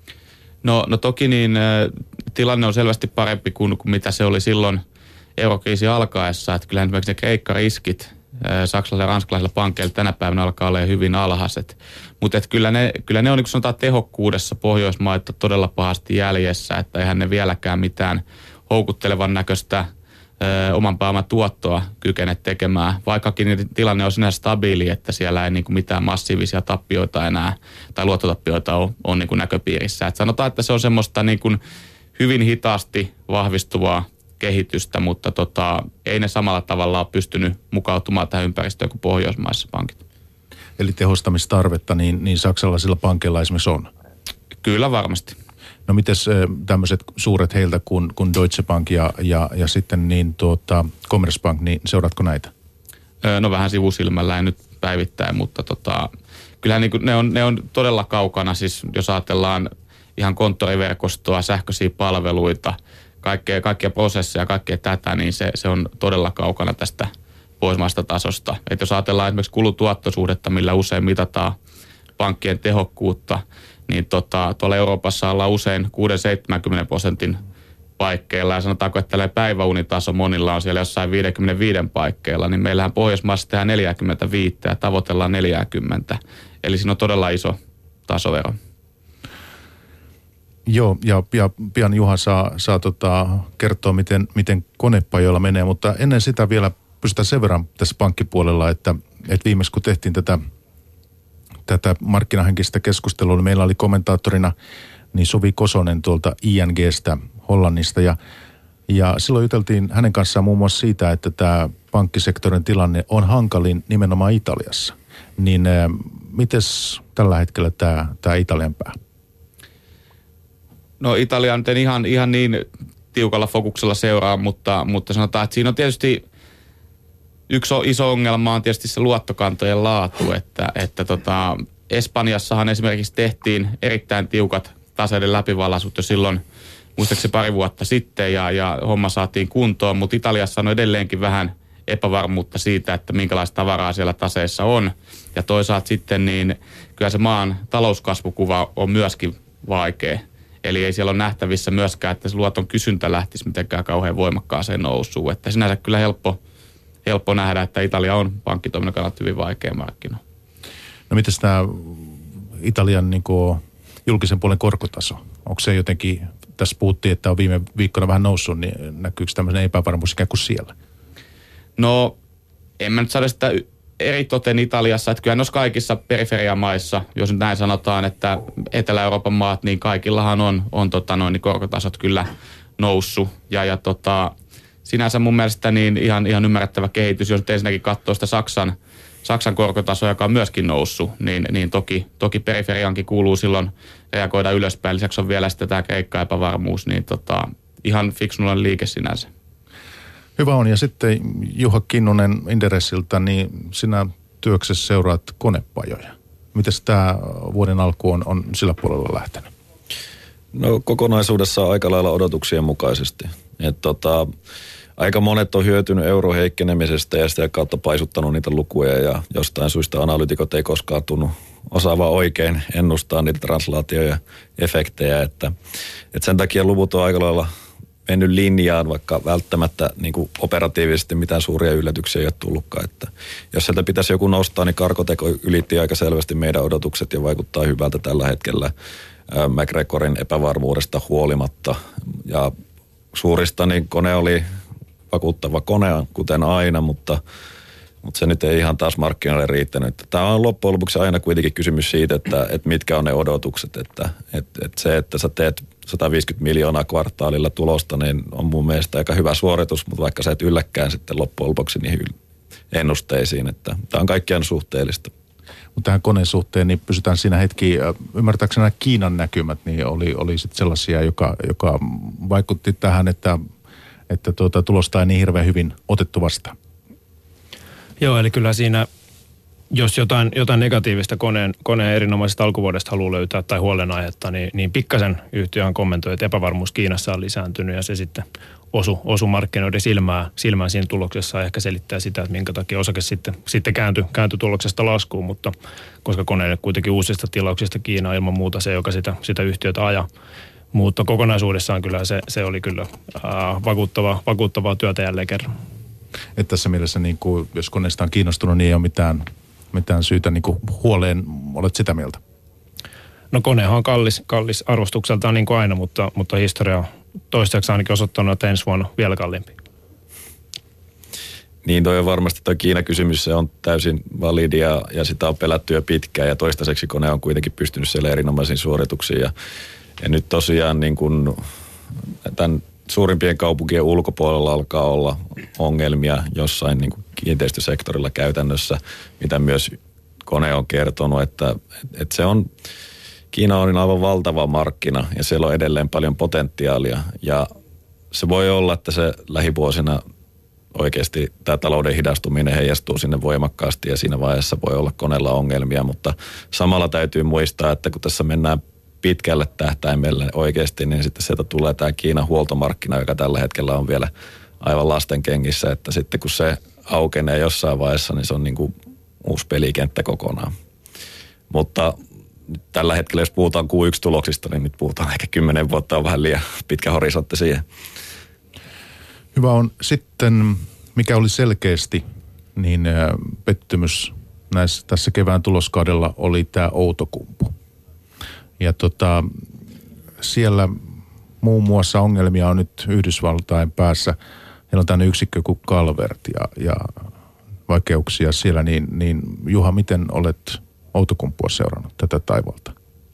No, no toki niin tilanne on selvästi parempi kuin, kuin mitä se oli silloin eurokriisi alkaessa, että kyllähän esimerkiksi ne Kreikka-riskit saksalaisilla ja ranskalaisilla pankeilla tänä päivänä alkaa olla hyvin alhaiset. Mutta kyllä ne, kyllä ne on niin kuin sanotaan tehokkuudessa Pohjoismaita todella pahasti jäljessä, että eihän ne vieläkään mitään houkuttelevan näköistä ö, oman pääoman tuottoa kykene tekemään, vaikkakin tilanne on sinänsä stabiili, että siellä ei niin kuin mitään massiivisia tappioita enää tai luottotappioita ole, on niin kuin näköpiirissä. Et sanotaan, että se on semmoista niin kuin hyvin hitaasti vahvistuvaa kehitystä, mutta tota, ei ne samalla tavalla ole pystynyt mukautumaan tähän ympäristöön kuin Pohjoismaissa pankit. Eli tehostamistarvetta niin, niin saksalaisilla pankeilla esimerkiksi on? Kyllä varmasti. No mites tämmöiset suuret heiltä kuin, kuin Deutsche Bank ja, ja, ja sitten niin tuota Commerzbank, niin seuraatko näitä? No vähän sivusilmällä ei nyt päivittäin, mutta tota, kyllähän niin kuin ne, on, ne on todella kaukana, siis jos ajatellaan ihan konttoriverkostoa, sähköisiä palveluita, kaikkea, kaikkia prosesseja, kaikkea tätä, niin se, se on todella kaukana tästä pohjoismaista tasosta. Et jos ajatellaan esimerkiksi kulutuottosuhdetta, millä usein mitataan pankkien tehokkuutta, niin tota, tuolla Euroopassa ollaan usein kuusikymmentä seitsemänkymmentä prosentin paikkeilla. Ja sanotaanko, että tällainen päiväunitaso monilla on siellä jossain viisikymmentäviisi paikkeilla, niin meillähän Pohjoismaissa tehdään neljäkymmentäviisi ja tavoitellaan neljäkymmentä. Eli siinä on todella iso tasovero. Joo, ja, ja pian Juha saa, saa tota, kertoa, miten, miten konepajoilla menee, mutta ennen sitä vielä pysytään sen verran tässä pankkipuolella, että, että viimeksi kun tehtiin tätä, tätä markkinahenkistä keskustelua, niin meillä oli kommentaattorina niin Suvi Kosonen tuolta I N G:stä Hollannista, ja, ja silloin juteltiin hänen kanssaan muun muassa siitä, että tämä pankkisektorin tilanne on hankalin nimenomaan Italiassa. Niin äh, mites tällä hetkellä tämä, tämä Italian pää? No Italia nyt en ihan, ihan niin tiukalla fokuksella seuraa, mutta, mutta sanotaan, että siinä on tietysti yksi iso ongelma on tietysti se luottokantojen laatu, että, että tota, Espanjassahan esimerkiksi tehtiin erittäin tiukat taseiden läpivalaisut jo silloin, muistaakseni pari vuotta sitten ja, ja homma saatiin kuntoon, mutta Italiassa on edelleenkin vähän epävarmuutta siitä, että minkälaista tavaraa siellä taseissa on ja toisaalta sitten niin kyllä se maan talouskasvukuva on myöskin vaikea. Eli ei siellä ole nähtävissä myöskään, että se luoton kysyntä lähtisi mitenkään kauhean voimakkaaseen nousuun. Että sinänsä kyllä helppo, helppo nähdä, että Italia on pankkitoiminnan kannalta hyvin vaikea markkina. No mites tämä Italian niin kuin julkisen puolen korkotaso? Onko se jotenkin, tässä puhuttiin, että on viime viikkona vähän noussut, niin näkyykö tämmöinen epävarmuus ikään kuin siellä? No en mä nyt saada sitä eritoten Italiassa, että kyllä noissa kaikissa periferiamaissa, jos nyt näin sanotaan, että Etelä-Euroopan maat, niin kaikillahan on, on tota noin, niin korkotasot kyllä noussut. Ja, ja tota, sinänsä mun mielestä niin ihan, ihan ymmärrettävä kehitys, jos nyt ensinnäkin katsoo sitä Saksan, Saksan korkotasoa, joka on myöskin noussut, niin, niin toki, toki periferiankin kuuluu silloin reagoida ylöspäin. Lisäksi on vielä sitten tämä Kreikka-epävarmuus, niin tota, ihan fiksulla liike sinänsä. Hyvä on. Ja sitten Juha Kinnunen Inderesiltä, niin sinä työksessä seuraat konepajoja. Mites tämä vuoden alku on, on sillä puolella lähtenyt? No kokonaisuudessaan aika lailla odotuksien mukaisesti. Et tota, aika monet on hyötynyt euron heikkenemisestä ja sitä kautta paisuttanut niitä lukuja ja jostain syystä analytikot ei koskaan tunnu osaavaa oikein ennustaa niitä translaatio- ja efektejä. Että, et sen takia luvut on aika lailla mennyt linjaan, vaikka välttämättä niin kuin operatiivisesti mitään suuria yllätyksiä ei ole tullutkaan. Että jos sieltä pitäisi joku nostaa, niin Cargotec ylitti aika selvästi meidän odotukset ja vaikuttaa hyvältä tällä hetkellä MacGregorin epävarmuudesta huolimatta. Ja suurista niin kone oli vakuuttava kone, kuten aina, mutta, mutta se nyt ei ihan taas markkinoille riittänyt. Tämä on loppujen lopuksi aina kuitenkin kysymys siitä, että, että mitkä on ne odotukset. Että, että, että se, että sä teet sata viisikymmentä miljoonaa kvartaalilla tulosta, niin on mun mielestä aika hyvä suoritus, mutta vaikka sä et ylläkään sitten loppujen lopuksi niihin ennusteisiin, että tämä on kaikkiaan suhteellista. Mutta tähän koneen suhteen, niin pysytään siinä hetki, ymmärtääkseni nämä Kiinan näkymät, niin oli, oli sitten sellaisia, joka, joka vaikutti tähän, että, että tuota, tulosta ei niin hirveän hyvin otettu vastaan. Joo, eli kyllä siinä, jos jotain, jotain negatiivista koneen, koneen erinomaisesta alkuvuodesta haluaa löytää tai huolenaihetta, niin, niin pikkasen yhtiöhän kommentoi, että epävarmuus Kiinassa on lisääntynyt ja se sitten osu, osu markkinoiden silmään, silmään siinä tuloksessa ja ehkä selittää sitä, että minkä takia osake sitten, sitten kääntyi, kääntyi tuloksesta laskuun, mutta koska koneelle kuitenkin uusista tilauksista Kiina ilman muuta se, joka sitä, sitä yhtiötä ajaa. Mutta kokonaisuudessaan kyllä se, se oli kyllä ää, vakuuttavaa, vakuuttavaa työtä jälleen kerran. Että tässä mielessä, niin kuin, jos koneesta on kiinnostunut, niin ei ole mitään, mitään syytä niin kuin huoleen, olet sitä mieltä? No konehan on kallis, kallis arvostukseltaan niin kuin aina, mutta, mutta historia on toistaiseksi ainakin osoittanut, että ensi vuonna vielä kalliimpi. Niin toi on varmasti toi Kiina-kysymys, se on täysin validia ja sitä on pelätty jo pitkään ja toistaiseksi kone on kuitenkin pystynyt siellä erinomaisiin suorituksiin ja, ja nyt tosiaan niin kuin tämän suurimpien kaupunkien ulkopuolella alkaa olla ongelmia jossain niin kuin kiinteistösektorilla käytännössä, mitä myös kone on kertonut, että, että se on, Kiina on aivan valtava markkina ja siellä on edelleen paljon potentiaalia ja se voi olla, että se lähivuosina oikeasti tämä talouden hidastuminen heijastuu sinne voimakkaasti ja siinä vaiheessa voi olla koneella ongelmia, mutta samalla täytyy muistaa, että kun tässä mennään pitkälle tähtäimelle oikeasti, niin sitten sieltä tulee tämä Kiinan huoltomarkkina, joka tällä hetkellä on vielä aivan lasten kengissä, että sitten kun se aukenee jossain vaiheessa, niin se on niin kuin uusi pelikenttä kokonaan. Mutta tällä hetkellä, jos puhutaan Q yksi-tuloksista, niin nyt puhutaan ehkä kymmenen vuotta, on vähän liian pitkä horisontti siihen. Hyvä on. Sitten, mikä oli selkeästi, niin pettymys näissä, tässä kevään tuloskaudella oli tämä Outokumpu. Ja tota, siellä muun muassa ongelmia on nyt Yhdysvaltain päässä. Heillä on tämmöinen yksikkö kuin Calvert ja, ja vaikeuksia siellä. Niin, niin Juha, miten olet Outokumpua seurannut tätä taivalta?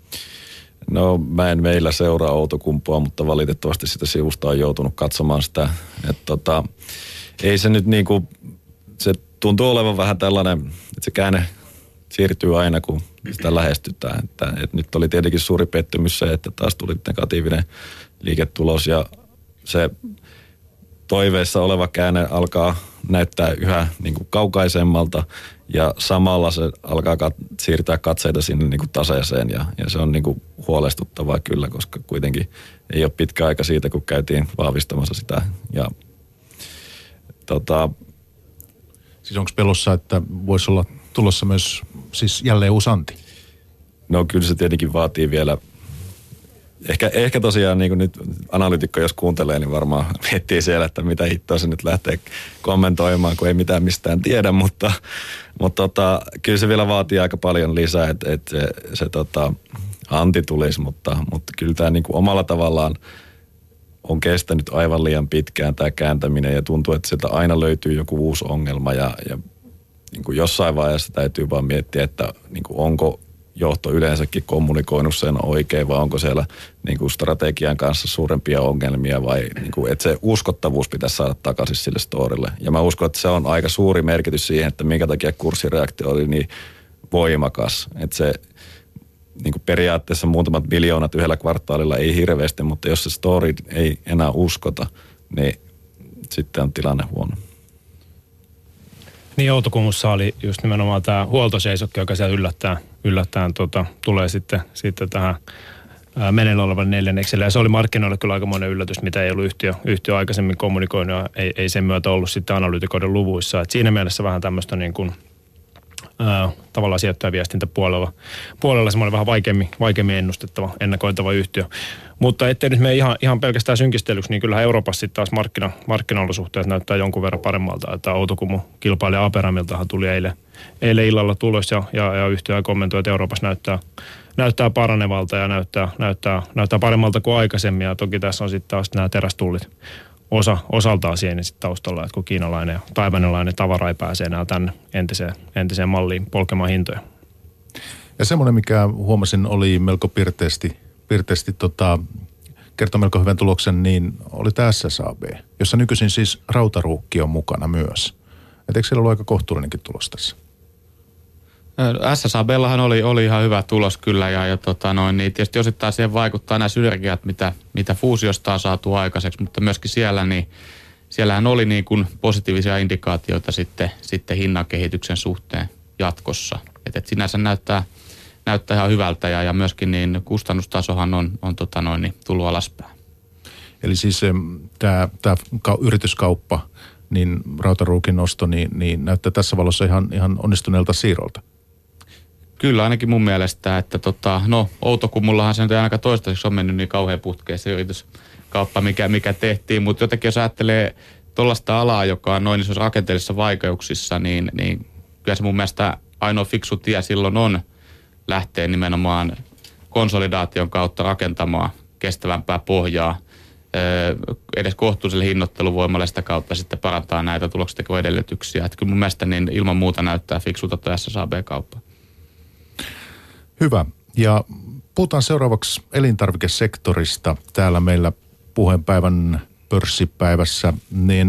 No mä en meillä seuraa Outokumpua, mutta valitettavasti sitä sivusta on joutunut katsomaan sitä. Että tota, ei se nyt niinku, se tuntuu olevan vähän tällainen, että se käänne siirtyy aina, kun sitä lähestytään. Että, että nyt oli tietenkin suuri pettymys se, että taas tuli negatiivinen liiketulos ja se toiveessa oleva käänne alkaa näyttää yhä niin kuin kaukaisemmalta ja samalla se alkaa kat- siirtää katseita sinne niin kuin taseeseen ja, ja se on niin kuin huolestuttavaa kyllä, koska kuitenkin ei ole pitkä aika siitä, kun käytiin vahvistamassa sitä ja tota... Siis onko pelossa, että voisi olla tulossa myös siis jälleen uusi anti? No kyllä se tietenkin vaatii vielä Ehkä, ehkä tosiaan niin kuin nyt analyytikko, jos kuuntelee, niin varmaan miettii siellä, että mitä hittoa se nyt lähtee kommentoimaan, kun ei mitään mistään tiedä, mutta, mutta tota, kyllä se vielä vaatii aika paljon lisää, että, että se, se tota, anti tulisi, mutta, mutta kyllä tämä niin kuin omalla tavallaan on kestänyt aivan liian pitkään tämä kääntäminen ja tuntuu, että sieltä aina löytyy joku uusi ongelma ja, ja niin kuin jossain vaiheessa täytyy vaan miettiä, että niin kuin onko johto yleensäkin kommunikoinut sen oikein vai onko siellä niin kuin strategian kanssa suurempia ongelmia vai niin kuin, että se uskottavuus pitäisi saada takaisin sille storille. Ja mä uskon, että se on aika suuri merkitys siihen, että minkä takia kurssireaktio oli niin voimakas. Että se niin kuin periaatteessa muutamat miljoonat yhdellä kvartaalilla ei hirveästi, mutta jos se story ei enää uskota, niin sitten on tilanne huono. Niin Outokummussa oli just nimenomaan tämä huoltoseisokki, joka siellä yllättäen, yllättäen tota, tulee sitten, sitten tähän meneillä olevan neljännekselle. Ja se oli markkinoille kyllä aikamoinen yllätys, mitä ei ollut yhtiö, yhtiö aikaisemmin kommunikoinut ja ei, ei sen myötä ollut sitten analyytikoiden luvuissa. Et siinä mielessä vähän tämmöistä niin kuin Ää, tavallaan sijoittajaviestintäpuolella puolella semmoinen vähän vaikeammin, vaikeammin ennustettava, ennakoitava yhtiö. Mutta ettei nyt mene ihan, ihan pelkästään synkistelyksi, niin kyllähän Euroopassa sitten taas markkina, markkinaolosuhteet näyttää jonkun verran paremmalta. Että Outokummu kilpailija Aperamiltahan tuli eilen, eilen illalla tulos ja, ja, ja yhtiö kommentoi, että Euroopassa näyttää, näyttää paranevalta ja näyttää, näyttää, näyttää paremmalta kuin aikaisemmin. Ja toki tässä on sitten taas nämä terästullit osa, osaltaan siihen sit taustalla, että kun kiinalainen ja taiwanalainen tavara ei pääse enää tänne entiseen, entiseen malliin polkemaan hintoja. Ja semmoinen, mikä huomasin, oli melko pirteästi, pirteästi tota, kertoi melko hyvän tuloksen, niin oli tämä S S A B, jossa nykyisin siis Rautaruukki on mukana myös. Et eikö siellä ollut aika kohtuullinenkin tulos tässä? S S A B:llahan oli, oli ihan hyvä tulos kyllä ja, ja tota noin, niin tietysti osittain siihen vaikuttaa nämä synergiat, mitä, mitä fuusiosta on saatu aikaiseksi, mutta myöskin siellä, niin siellähän oli niin kuin positiivisia indikaatioita sitten, sitten hinnan kehityksen suhteen jatkossa. Et, et sinänsä näyttää, näyttää ihan hyvältä ja, ja myöskin niin kustannustasohan on, on tota noin, niin tullut alaspäin. Eli siis tämä yrityskauppa, niin Rautaruukin nosto, niin, niin näyttää tässä valossa ihan, ihan onnistuneelta siirrolta. Kyllä, ainakin mun mielestä, että tota, no Outokummullahan se nyt ei ainakaan toistaiseksi on mennyt niin kauhean putkeen se yrityskauppa, mikä, mikä tehtiin, mutta jotenkin jos ajattelee tuollaista alaa, joka on noin isoissa rakenteellisissa vaikeuksissa, niin, niin kyllä se mun mielestä ainoa fiksu tie silloin on lähteä nimenomaan konsolidaation kautta rakentamaan kestävämpää pohjaa, edes kohtuulliselle hinnoitteluvoimalle sitä kautta sitten parantaa näitä tuloksentekoedellytyksiä. Että kyllä mun mielestä niin ilman muuta näyttää fiksulta tuo S S A B-kauppa. Hyvä. Ja puhutaan seuraavaksi elintarvikesektorista. Täällä meillä puheenpäivän pörssipäivässä, niin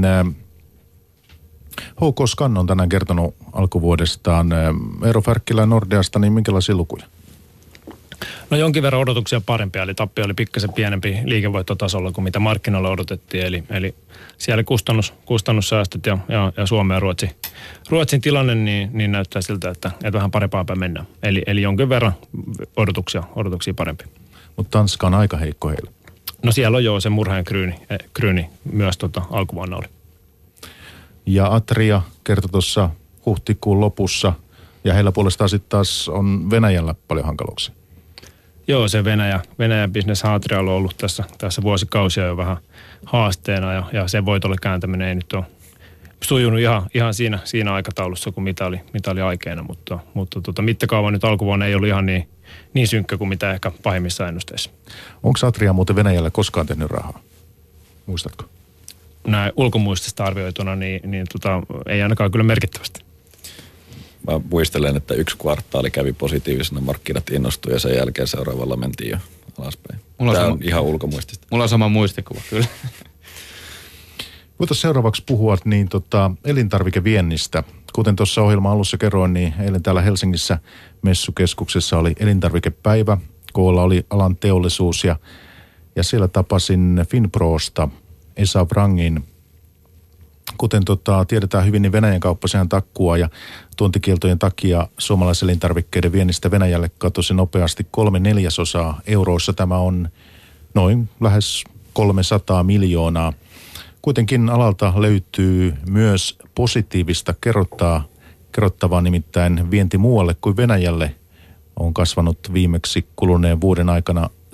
H K Scan on tänään kertonut alkuvuodestaan. Eero Färkkilä Nordeasta, niin minkälaisia lukuja? No jonkin verran odotuksia parempia, eli tappio oli pikkasen pienempi liikevoittotasolla kuin mitä markkinoilla odotettiin, eli, eli siellä kustannus, kustannussäästöt ja, ja, ja Suomen ja Ruotsin, Ruotsin tilanne niin, niin näyttää siltä, että, että vähän parempaa päin mennään. Eli, eli jonkin verran odotuksia, odotuksia parempi. Mutta Tanska on aika heikko heillä. No siellä on jo se murheen kryyni, kryyni myös tota, alkuvuonna oli. Ja Atria kertoi tuossa huhtikuun lopussa, ja heillä puolestaan sitten taas on Venäjällä paljon hankaluuksia. Joo, se Venäjä, Venäjän business Atrialla on ollut tässä, tässä vuosikausia jo vähän haasteena ja, ja sen voitolle kääntäminen ei nyt ole sujunut ihan, ihan siinä, siinä aikataulussa kuin mitä oli, mitä oli aikeena, mutta, mutta tota, mittakaava nyt alkuvuonna ei ollut ihan niin, niin synkkä kuin mitä ehkä pahimmissa ennusteissa. Onko Atria muuten Venäjällä koskaan tehnyt rahaa? Muistatko? Näin ulkomuistista arvioituna, niin, niin tota, ei ainakaan kyllä merkittävästi. Mä muistelen, että yksi kvartaali kävi positiivisena, markkinat innostui ja sen jälkeen seuraavalla mentiin jo alaspäin. Mulla Tämä on sama, ihan ulkomuistista. Mulla on sama muistikuva, kyllä. Voitaisiin seuraavaksi puhua niin tota, elintarvikeviennistä. Kuten tuossa ohjelman alussa kerroin, niin eilen täällä Helsingissä messukeskuksessa oli elintarvikepäivä. Koolla oli alan teollisuus ja, ja siellä tapasin Finprosta Esa Wrangin. Kuten tota, tiedetään hyvin, niin Venäjän kauppa sehän takkua ja tuontikieltojen takia suomalaiselintarvikkeiden viennistä Venäjälle katosi nopeasti kolme neljäsosaa. Euroissa tämä on noin lähes kolmesataa miljoonaa. Kuitenkin alalta löytyy myös positiivista kerrottaa, kerrottavaa, nimittäin vienti muualle kuin Venäjälle on kasvanut viimeksi kuluneen vuoden aikana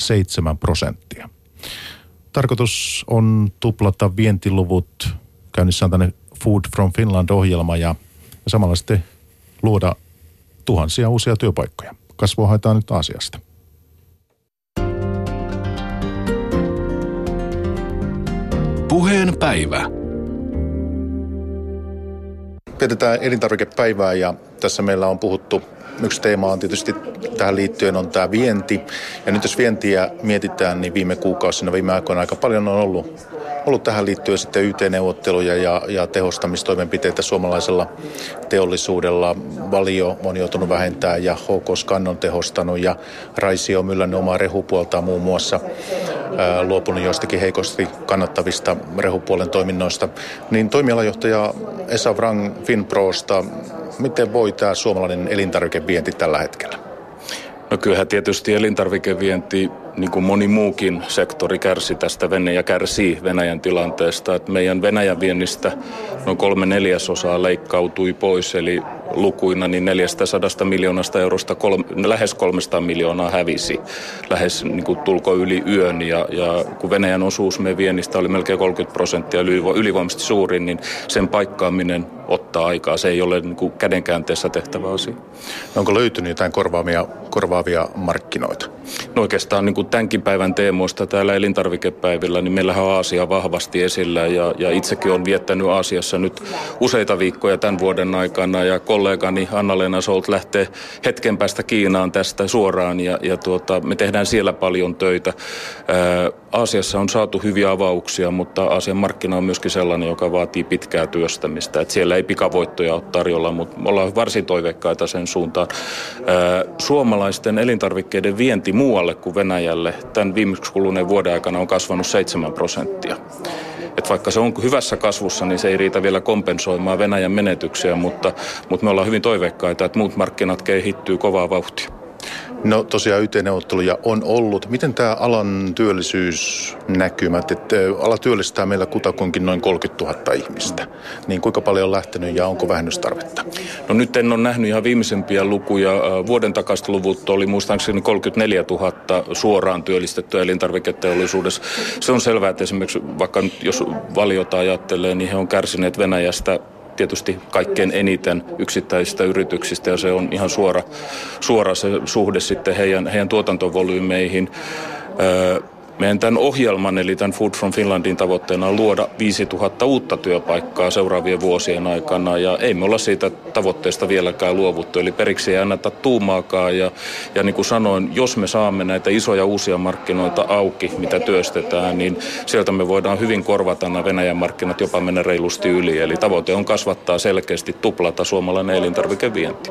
seitsemän prosenttia. Tarkoitus on tuplata vientiluvut. Käynnissä on tänne Food from Finland-ohjelma ja samalla sitten luoda tuhansia uusia työpaikkoja. Kasvua haetaan nyt Aasiasta. Puheen päivä. Vietetään elintarvikepäivää ja tässä meillä on puhuttu, yksi teema on tietysti tähän liittyen on tämä vienti. Ja nyt jos vientiä mietitään, niin viime kuukausina, viime aikoina aika paljon on ollut, ollut tähän liittyen sitten Y T-neuvotteluja ja, ja tehostamistoimenpiteitä suomalaisella teollisuudella. Valio on joutunut vähentämään ja H K Scan on tehostanut ja Raisio on myllännyt omaa rehupuoltaan muun muassa, ää, luopunut joistakin heikosti kannattavista rehupuolen toiminnoista. Niin toimialajohtaja Esa Wrang Finprosta, miten voi tämä suomalainen elintarvikevienti tällä hetkellä? No kyllähän tietysti elintarvikevienti, niin kuin moni muukin sektori, kärsi tästä Venäjä kärsii Venäjän tilanteesta. Että meidän Venäjän viennistä noin kolme neljäsosaa leikkautui pois, eli lukuina niin neljästäsadasta miljoonasta eurosta kolme, lähes kolmesataa miljoonaa hävisi. Lähes niin kuin tulko yli yön ja, ja kun Venäjän osuus meidän viennistä oli melkein kolmekymmentä prosenttia ylivoimaisesti suurin, niin sen paikkaaminen ottaa aikaa. Se ei ole niin kuin kädenkäänteessä tehtävä asia. No onko löytynyt jotain korvaavia, korvaavia markkinoita? No oikeastaan niin kuin tämänkin päivän teemoista täällä elintarvikepäivillä, niin meillähän on Aasia vahvasti esillä ja, ja itsekin olen viettänyt Aasiassa nyt useita viikkoja tämän vuoden aikana ja kollegani Anna-Leena Solt lähtee hetken päästä Kiinaan tästä suoraan ja, ja tuota, me tehdään siellä paljon töitä. Ää, Aasiassa on saatu hyviä avauksia, mutta Aasian markkina on myöskin sellainen, joka vaatii pitkää työstämistä. Et siellä ei pikavoittoja ole tarjolla, mutta me ollaan varsin toiveikkaita sen suuntaan. Ää, suomalaisten elintarvikkeiden vienti muualle kuin Venäjälle tämän viimeksi kuluneen vuoden aikana on kasvanut seitsemän prosenttia. Et vaikka se on hyvässä kasvussa, niin se ei riitä vielä kompensoimaan Venäjän menetyksiä, mutta, mutta me ollaan hyvin toiveikkaita, että muut markkinat kehittyy kovaa vauhtia. No tosiaan Y T-neuvotteluja on ollut. Miten tämä alan työllisyysnäkymät, että ala työllistää meillä kutakuinkin noin kolmekymmentätuhatta ihmistä, niin kuinka paljon on lähtenyt ja onko vähennystarvetta? No nyt en ole nähnyt ihan viimeisempiä lukuja. Vuoden takaiset luvut oli muistaakseni kolmekymmentäneljätuhatta suoraan työllistettyä elintarviketeollisuudessa. Se on selvää, että esimerkiksi vaikka nyt jos Valiota ajattelee, niin he on kärsineet Venäjästä tietysti kaikkein eniten yksittäisistä yrityksistä ja se on ihan suora, suora se suhde sitten heidän, heidän tuotantovolyymeihin. Öö, meidän tämän ohjelman eli tämän Food from Finlandin tavoitteena on luoda viisituhatta uutta työpaikkaa seuraavien vuosien aikana ja ei me olla siitä tavoitteesta vieläkään luovuttu. Eli periksi ei anneta tuumaakaan ja, ja niin kuin sanoin, jos me saamme näitä isoja uusia markkinoita auki, mitä työstetään, niin sieltä me voidaan hyvin korvata nämä Venäjän markkinat, jopa mennä reilusti yli. Eli tavoite on kasvattaa selkeästi tuplata suomalainen elintarvikevienti.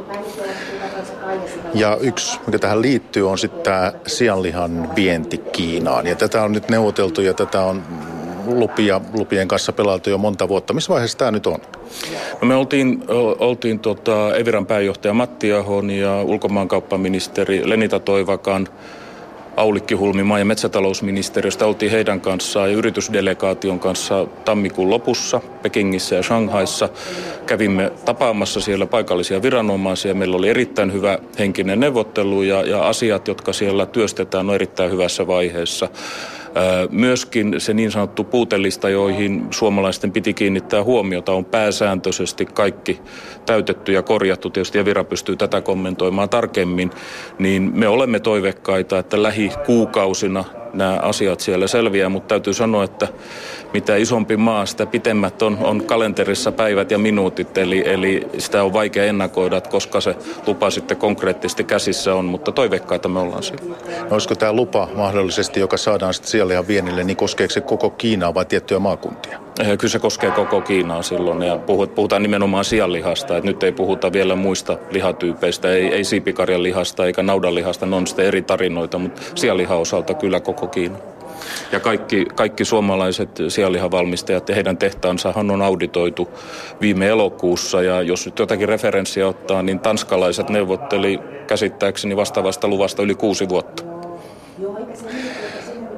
Ja yksi, mikä tähän liittyy, on sitten tämä sianlihan vienti Kiinaan. Ja tätä on nyt neuvoteltu ja tätä on lupia, lupien kanssa pelailtu jo monta vuotta. Missä vaiheessa tämä nyt on? No me oltiin, oltiin tota Eviran pääjohtaja Matti Ahon ja ulkomaankauppaministeri Lenita Toivakan, Aulikki Hulmi maa- ja metsätalousministeriöstä. Oltiin heidän kanssaan ja yritysdelegaation kanssa tammikuun lopussa Pekingissä ja Shanghaissa. Kävimme tapaamassa siellä paikallisia viranomaisia. Meillä oli erittäin hyvä henkinen neuvottelu ja, ja asiat, jotka siellä työstetään, on erittäin hyvässä vaiheessa. Myöskin se niin sanottu puutelista, joihin suomalaisten piti kiinnittää huomiota, on pääsääntöisesti kaikki täytetty ja korjattu. Tietysti Evira pystyy tätä kommentoimaan tarkemmin, niin me olemme toiveikkaita, että lähikuukausina nämä asiat siellä selviää, mutta täytyy sanoa, että mitä isompi maa, sitä pitemmät on, on kalenterissa päivät ja minuutit, eli, eli sitä on vaikea ennakoida, että koska se lupa sitten konkreettisesti käsissä on, mutta toiveikkaita me ollaan siellä. No, olisiko tämä lupa mahdollisesti, joka saadaan sitten sianlihan viennille, niin koskeeko se koko Kiinaa vai tiettyjä maakuntia? Kyllä se koskee koko Kiinaa silloin ja puhutaan nimenomaan sianlihasta, että nyt ei puhuta vielä muista lihatyypeistä, ei, ei siipikarjan lihasta eikä naudan lihasta, ne on sitten eri tarinoita, mutta sianlihan osalta kyllä koko Kiina. Ja kaikki, kaikki suomalaiset sianlihavalmistajat ja heidän tehtaansahan on auditoitu viime elokuussa ja jos nyt jotakin referenssiä ottaa, niin tanskalaiset neuvotteli käsittääkseni vastaavasta luvasta yli kuusi vuotta.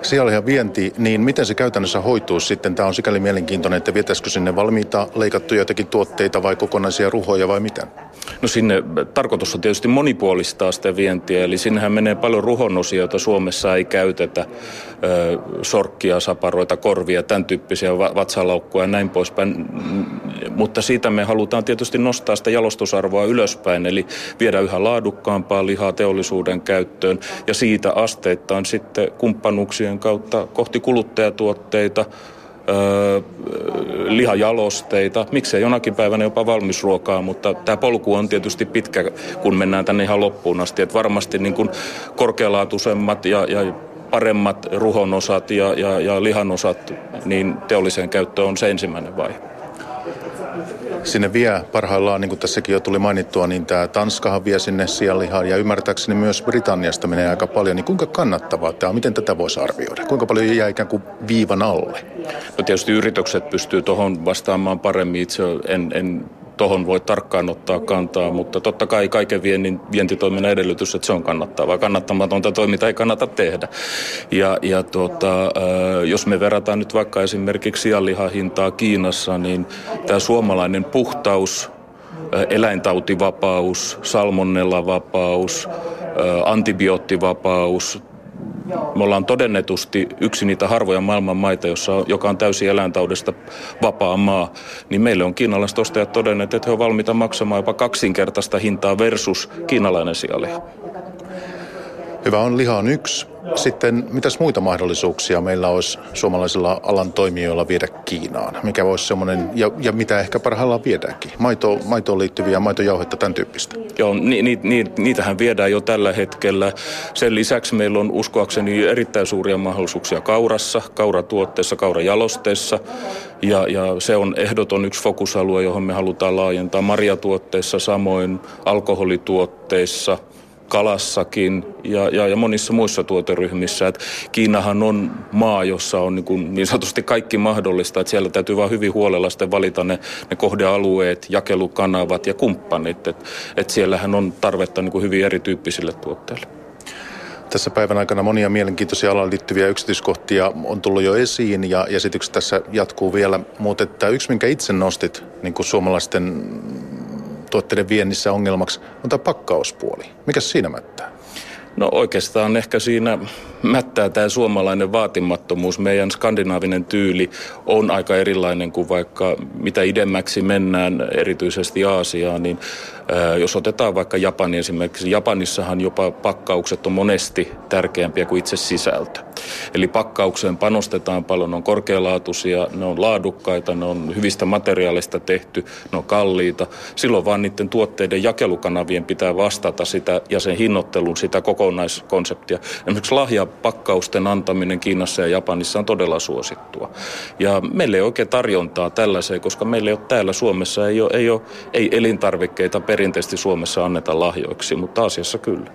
Sianlihan vienti, niin miten se käytännössä hoituu sitten? Tämä on sikäli mielenkiintoinen, että vietäisikö sinne valmiita leikattuja jotakin tuotteita vai kokonaisia ruhoja vai miten? No sinne tarkoitus on tietysti monipuolistaa sitä vientiä, eli sinnehän menee paljon ruhonosia, joita Suomessa ei käytetä, ö, sorkkia, saparoita, korvia, tämän tyyppisiä vatsalaukkuja ja näin poispäin. Mutta siitä me halutaan tietysti nostaa sitä jalostusarvoa ylöspäin, eli viedä yhä laadukkaampaa lihaa teollisuuden käyttöön ja siitä asteittain sitten kumppanuuksien kautta kohti kuluttajatuotteita, Öö, lihajalosteita, miksei jonakin päivänä jopa valmisruokaa, mutta tämä polku on tietysti pitkä, kun mennään tänne ihan loppuun asti. Et varmasti niin kuin korkealaatuisemmat ja, ja paremmat ruhonosat ja, ja, ja lihanosat, niin teolliseen käyttöön on se ensimmäinen vaihe. Sinne vie parhaillaan, niin kuin tässäkin jo tuli mainittua, niin tämä Tanskahan vie sinne sianlihaa ja ymmärtääkseni myös Britanniasta menee aika paljon. Niin kuinka kannattavaa tämä on? Miten tätä voisi arvioida? Kuinka paljon jää ikään kuin viivan alle? No tietysti yritykset pystyy tuohon vastaamaan paremmin. Itse en, en tuohon voi tarkkaan ottaa kantaa, mutta totta kai kaiken viennin, vientitoiminnan edellytys, että se on kannattavaa. Kannattamatonta toimintaa ei kannata tehdä. Ja, ja tuota, jos me verrataan nyt vaikka esimerkiksi sianlihahintaa Kiinassa, niin tämä suomalainen puhtaus, eläintautivapaus, salmonellavapaus, antibioottivapaus, me ollaan todennetusti yksi niitä harvoja maailman maita, jossa, joka on täysin eläintaudesta vapaa maa, niin meille on kiinalaiset ostajat todenneet, että he ovat valmiita maksamaan jopa kaksinkertaista hintaa versus kiinalainen sianliha. Hyvä on, liha on yksi. Sitten mitäs muita mahdollisuuksia meillä olisi suomalaisilla alan toimijoilla viedä Kiinaan? Mikä voisi semmoinen, ja, ja mitä ehkä parhaillaan viedäänkin? Maito, maitoon liittyviä maitojauhetta, tämän tyyppistä. Joo, ni, ni, ni, niitähän viedään jo tällä hetkellä. Sen lisäksi meillä on uskoakseni erittäin suuria mahdollisuuksia kaurassa, kauratuotteissa, kaurajalosteissa. Ja, ja se on ehdoton yksi fokusalue, johon me halutaan laajentaa. Marjatuotteissa, samoin alkoholituotteissa, kalassakin ja, ja, ja monissa muissa tuoteryhmissä. Et Kiinahan on maa, jossa on niin, kuin niin sanotusti kaikki mahdollista, että siellä täytyy vaan hyvin huolella sitten valita ne, ne kohdealueet, jakelukanavat ja kumppanit. Et, et siellähän on tarvetta niin kuin hyvin erityyppisille tuotteille. Tässä päivän aikana monia mielenkiintoisia alaan liittyviä yksityiskohtia on tullut jo esiin ja esitykset tässä jatkuu vielä. Mutta että yksi, minkä itse nostit niin kuin suomalaisten tuotteiden viennissä ongelmaksi, on tämä pakkauspuoli. Mikäs siinä mättää? No oikeastaan ehkä siinä mättää tämä suomalainen vaatimattomuus. Meidän skandinaavinen tyyli on aika erilainen kuin vaikka mitä idemmäksi mennään, erityisesti Aasiaan, niin ää, jos otetaan vaikka Japani esimerkiksi, Japanissahan jopa pakkaukset on monesti tärkeämpiä kuin itse sisältö. Eli pakkaukseen panostetaan paljon, ne on korkealaatuisia, ne on laadukkaita, ne on hyvistä materiaalista tehty, ne on kalliita. Silloin vaan niiden tuotteiden jakelukanavien pitää vastata sitä ja sen hinnoittelun sitä kokonaiskonseptia. Esimerkiksi lahjapakkausten antaminen Kiinassa ja Japanissa on todella suosittua. Ja meillä ei oikein tarjontaa tällaiseen, koska meillä ei ole täällä Suomessa, ei, ole, ei, ole, ei elintarvikkeita perinteisesti Suomessa anneta lahjoiksi, mutta Aasiassa kyllä.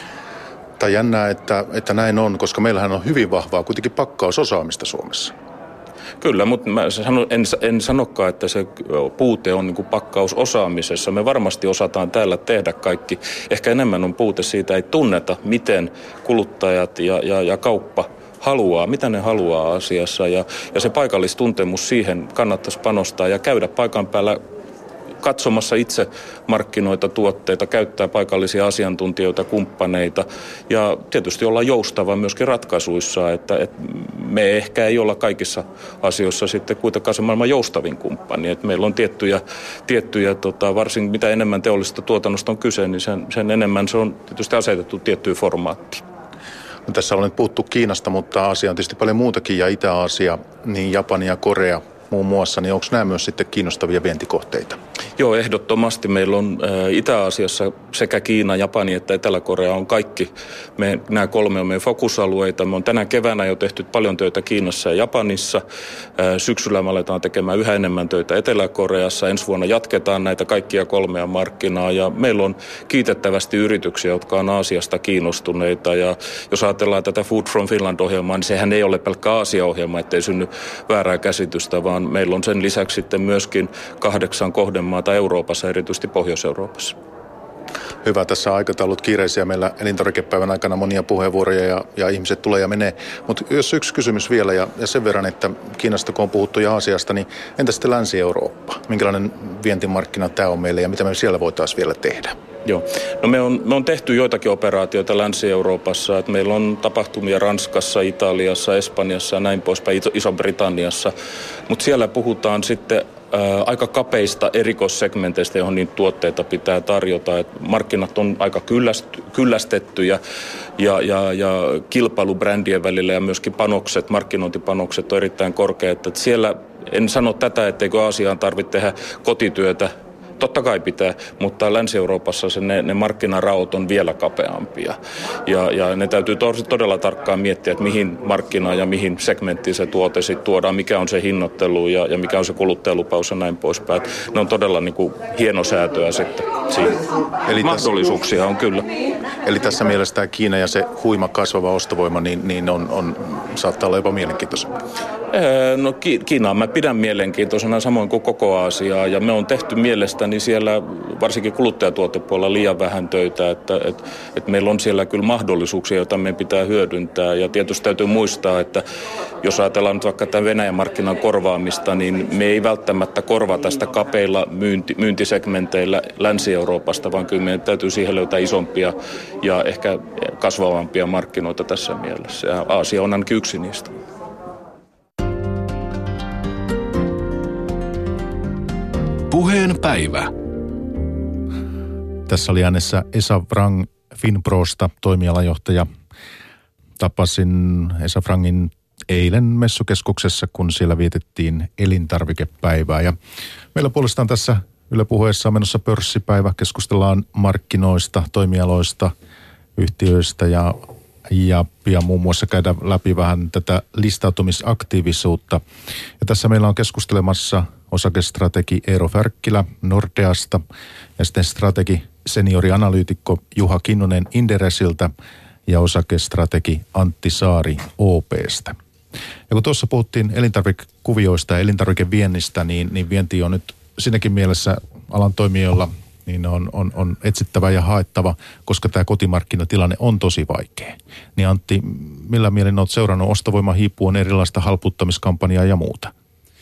Tämä on jännää, että, että näin on, koska meillähän on hyvin vahvaa kuitenkin pakkausosaamista Suomessa. Kyllä, mutta mä sano, en, en sanokaan, että se puute on niin kuin pakkausosaamisessa. Me varmasti osataan täällä tehdä kaikki. Ehkä enemmän on puute siitä, ei tunneta, miten kuluttajat ja, ja, ja kauppa haluaa, mitä ne haluaa asiassa. Ja, ja se paikallistuntemus siihen kannattaisi panostaa ja käydä paikan päällä katsomassa itse markkinoita, tuotteita, käyttää paikallisia asiantuntijoita, kumppaneita ja tietysti olla joustava myöskin ratkaisuissa, että, että me ehkä ei olla kaikissa asioissa sitten kuitenkaan se maailman joustavin kumppani. Että meillä on tiettyjä, tiettyjä tota, varsinkin mitä enemmän teollisesta tuotannosta on kyse, niin sen, sen enemmän se on tietysti asetettu tiettyyn formaattiin. No, tässä on nyt puhuttu Kiinasta, mutta Aasia on tietysti paljon muutakin ja Itä-Aasia, niin Japani ja Korea muun muassa, niin onko nämä myös sitten kiinnostavia vientikohteita? Joo, ehdottomasti. Meillä on ä, Itä-Aasiassa sekä Kiina, Japani että Etelä-Korea on kaikki. Me, nämä kolme on meidän fokusalueita. Me on tänä keväänä jo tehty paljon töitä Kiinassa ja Japanissa. Ä, syksyllä me aletaan tekemään yhä enemmän töitä Etelä-Koreassa. Ensi vuonna jatketaan näitä kaikkia kolmea markkinaa ja meillä on kiitettävästi yrityksiä, jotka on Aasiasta kiinnostuneita. Ja jos ajatellaan tätä Food from Finland-ohjelmaa, niin sehän ei ole pelkkä Aasia-ohjelma, ettei synny väärää käsitystä, vaan meillä on sen lisäksi sitten myöskin kahdeksan kohdemaata Euroopassa, erityisesti Pohjois-Euroopassa. Hyvä, tässä on aikataulut kiireisiä. Meillä elintarvikepäivän aikana monia puheenvuoroja ja, ja ihmiset tulee ja menee. Mutta jos yksi kysymys vielä ja, ja sen verran, että Kiinasta kun on puhuttu ja Aasiasta, niin entä sitten Länsi-Eurooppa? Minkälainen vientimarkkina tämä on meille ja mitä me siellä voitaisiin vielä tehdä? Joo. No me on, me on tehty joitakin operaatioita Länsi-Euroopassa, että meillä on tapahtumia Ranskassa, Italiassa, Espanjassa ja näin poispäin, Iso-Britanniassa, mutta siellä puhutaan sitten ää, aika kapeista erikoissegmenteistä, johon niitä tuotteita pitää tarjota. Et markkinat on aika kyllästy, kyllästettyjä ja, ja, ja kilpailu brändien välillä ja myöskin panokset, markkinointipanokset on erittäin korkeat. Et siellä en sano tätä, etteikö Aasiaan tarvitse tehdä kotityötä. Totta kai pitää, mutta Länsi-Euroopassa se, ne, ne markkinaraot on vielä kapeampia. Ja, ja ne täytyy todella tarkkaan miettiä, että mihin markkinaan ja mihin segmenttiin se tuote sitten tuodaan, mikä on se hinnoittelu ja, ja mikä on se kuluttajalupaus ja näin poispäin. Ne on todella niin kuin hienosäätöä sitten siinä. Eli mahdollisuuksia tässä, on kyllä. Eli tässä mielessä tämä Kiina ja se huima kasvava ostovoima, niin, niin on, on, saattaa olla jopa mielenkiintoista. No Kiinaa mä pidän mielenkiintoisena samoin kuin koko Aasiaa ja me on tehty mielestäni siellä varsinkin kuluttajatuotepuolella liian vähän töitä, että, että, että meillä on siellä kyllä mahdollisuuksia, joita meidän pitää hyödyntää ja tietysti täytyy muistaa, että jos ajatellaan nyt vaikka tämän Venäjän markkinan korvaamista, niin me ei välttämättä korvata sitä kapeilla myynti, myyntisegmenteillä Länsi-Euroopasta, vaan kyllä meidän täytyy siihen löytää isompia ja ehkä kasvavampia markkinoita tässä mielessä ja Aasia on ainakin yksi niistä. Puheen päivä. Tässä oli äänessä Esa Wrang Finprosta, toimialajohtaja. Tapasin Esa Wrangin eilen messukeskuksessa, kun siellä vietettiin elintarvikepäivää. Ja meillä puolestaan tässä Yle Puheessa on menossa pörssipäivä. Keskustellaan markkinoista, toimialoista, yhtiöistä ja, ja, ja muun muassa käydä läpi vähän tätä listautumisaktiivisuutta. Ja tässä meillä on keskustelemassa osakestrategi Eero Färkkilä Nordeasta ja sitten strategi seniorianalyytikko Juha Kinnunen Inderesiltä ja osakestrategi Antti Saari O P:stä. Ja kun tuossa puhuttiin elintarvikekuvioista ja elintarvikeviennistä, niin, niin vienti on nyt siinäkin mielessä alan toimijoilla niin on, on, on etsittävä ja haettava, koska tämä kotimarkkinatilanne on tosi vaikea. Niin Antti, millä mielin olet seurannut ostovoiman hiipuun erilaista halpuuttamiskampanjaa ja muuta?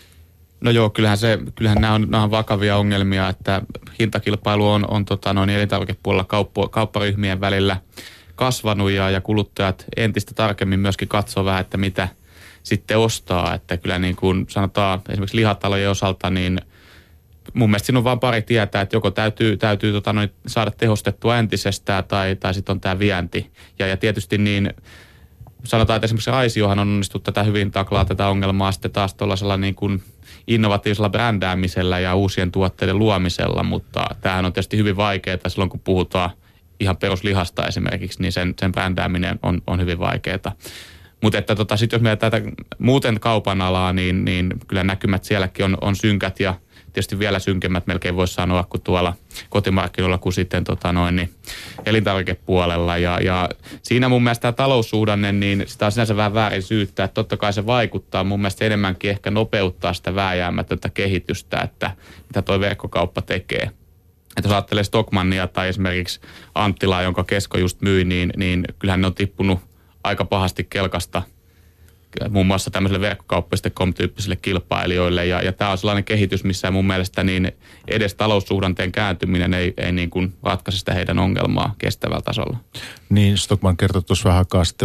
No joo, kyllähän, se, kyllähän nämä, on, nämä on vakavia ongelmia, että hintakilpailu on, on tota, noin elintarvikepuolella kauppa, kaupparyhmien välillä kasvanut ja, ja kuluttajat entistä tarkemmin myöskin katsoo vähän, että mitä sitten ostaa. Että kyllä niin kuin sanotaan esimerkiksi lihatalojen osalta, niin mun mielestä siinä on vaan pari tietää, että joko täytyy, täytyy tota, noin, saada tehostettua entisestään tai, tai sitten on tämä vienti. Ja, ja tietysti niin sanotaan, että esimerkiksi Aisiohan on onnistunut tätä hyvin taklaa tätä ongelmaa sitten taas tuollaisella niin kuin innovatiivisella brändäämisellä ja uusien tuotteiden luomisella, mutta tämähän on tietysti hyvin vaikeaa silloin, kun puhutaan ihan peruslihasta esimerkiksi, niin sen, sen brändääminen on, on hyvin vaikeaa. Mutta että tota, sitten jos meillä tätä muuten kaupan alaa, niin, niin kyllä näkymät sielläkin on, on synkät ja tietysti vielä synkemmät melkein voisi sanoa kuin tuolla kotimarkkinoilla kuin sitten tota noin, niin elintarvikepuolella. Ja, ja siinä mun mielestä tämä taloussuhdanne, niin sitä on sinänsä vähän väärin syyttää, että totta kai se vaikuttaa. Mun mielestä enemmänkin ehkä nopeuttaa sitä vääjäämätöntä kehitystä, että mitä toi verkkokauppa tekee. Että jos ajattelee Stockmannia tai esimerkiksi Anttilaa, jonka Kesko just myi, niin, niin kyllähän ne on tippunut aika pahasti kelkasta muun muassa tämmöiselle verkkokauppa piste com-tyyppisille kilpailijoille. Ja, ja tämä on sellainen kehitys, missä mun mielestä niin edes taloussuhdanteen kääntyminen ei, ei niin kuin ratkaise sitä heidän ongelmaa kestävällä tasolla. Niin, Stockmann kertoi tuossa vähän aikaa sitten,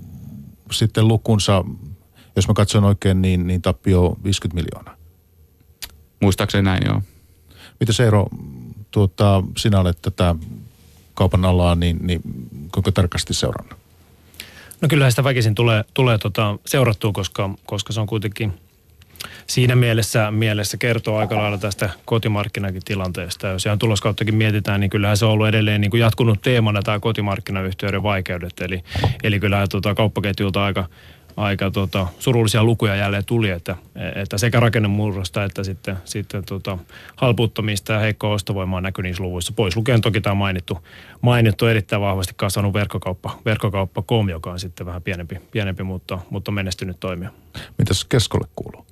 sitten lukunsa, jos mä katson oikein, niin, niin tappio viisikymmentä miljoonaa. Muistaakseni näin, joo. Mitäs Eero, tuota, sinä olet tätä kaupan alaa, niin, niin kuinka tarkasti seurannut? No kyllähän sitä väkisin tulee, tulee tota seurattua, koska, koska se on kuitenkin siinä mielessä, mielessä kertoo aika lailla tästä kotimarkkinakin tilanteesta. Jos ihan tuloskauttakin mietitään, niin kyllähän se on ollut edelleen niin kuin jatkunut teemana tämä kotimarkkinayhtiöiden vaikeudet. Eli, eli kyllähän tota kauppaketjulta aika, aika tota surullisia lukuja jälleen tuli, että, että sekä rakennemurrosta että sitten, sitten tota halpuuttamista ja heikkoa ostovoimaa näkyy niissä luvuissa. Pois lukien toki tämä mainittu, mainittu erittäin vahvasti kasvanut verkkokauppa, verkkokauppa piste com, joka on sitten vähän pienempi, pienempi mutta, mutta menestynyt toimija. Mitäs Keskolle kuuluu?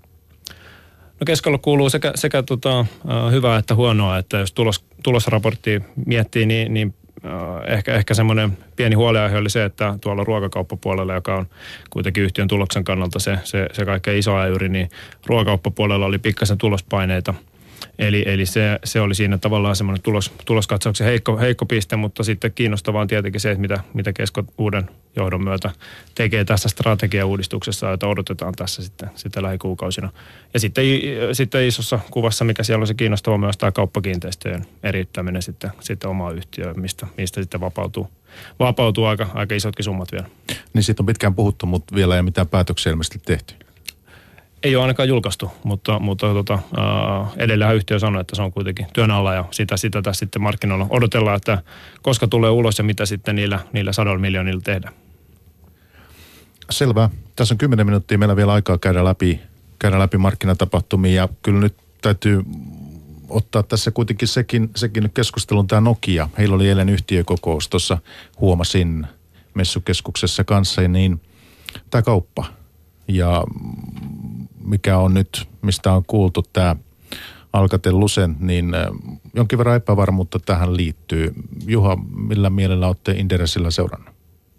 No Keskolle kuuluu sekä, sekä tota, hyvää että huonoa, että jos tulos, tulosraporttia miettii, niin, niin ehkä, ehkä semmoinen pieni huolenaihe oli se, että tuolla ruokakauppapuolella, joka on kuitenkin yhtiön tuloksen kannalta se, se, se kaikkein iso äyri, niin ruokakauppapuolella oli pikkasen tulospaineita. Eli, eli se, se oli siinä tavallaan semmoinen tulos, tuloskatsauksen heikko, heikko piste, mutta sitten kiinnostavaa on tietenkin se, että mitä, mitä Kesko uuden johdon myötä tekee tässä strategiauudistuksessa, jota odotetaan tässä sitten, sitten lähikuukausina. Ja sitten, sitten isossa kuvassa, mikä siellä on se kiinnostava myös tämä kauppakiinteistöjen eriyttäminen sitten, sitten omaan yhtiöön, mistä, mistä sitten vapautuu, vapautuu aika, aika isotkin summat vielä. Niin siitä on pitkään puhuttu, mutta vielä ei ole mitään päätöksiä ilmeisesti tehty. Ei ole ainakaan julkaistu, mutta, mutta tota, ää, edelleen yhtiö sanoi, että se on kuitenkin työn alla ja sitä, sitä tässä sitten markkinoilla odotellaan, että koska tulee ulos ja mitä sitten niillä, niillä sadoilla miljoonilla tehdään. Selvä. Tässä on kymmenen minuuttia meillä vielä aikaa käydä läpi, käydä läpi markkinatapahtumia ja kyllä nyt täytyy ottaa tässä kuitenkin sekin, sekin nyt keskustelun tämä Nokia. Heillä oli eilen yhtiökokous tuossa, huomasin messukeskuksessa kanssa, niin tämä kauppa ja mikä on nyt, mistä on kuultu tämä Alcatel-Lucent, niin jonkin verran epävarmuutta tähän liittyy. Juha, millä mielellä olette Inderesillä seurannut?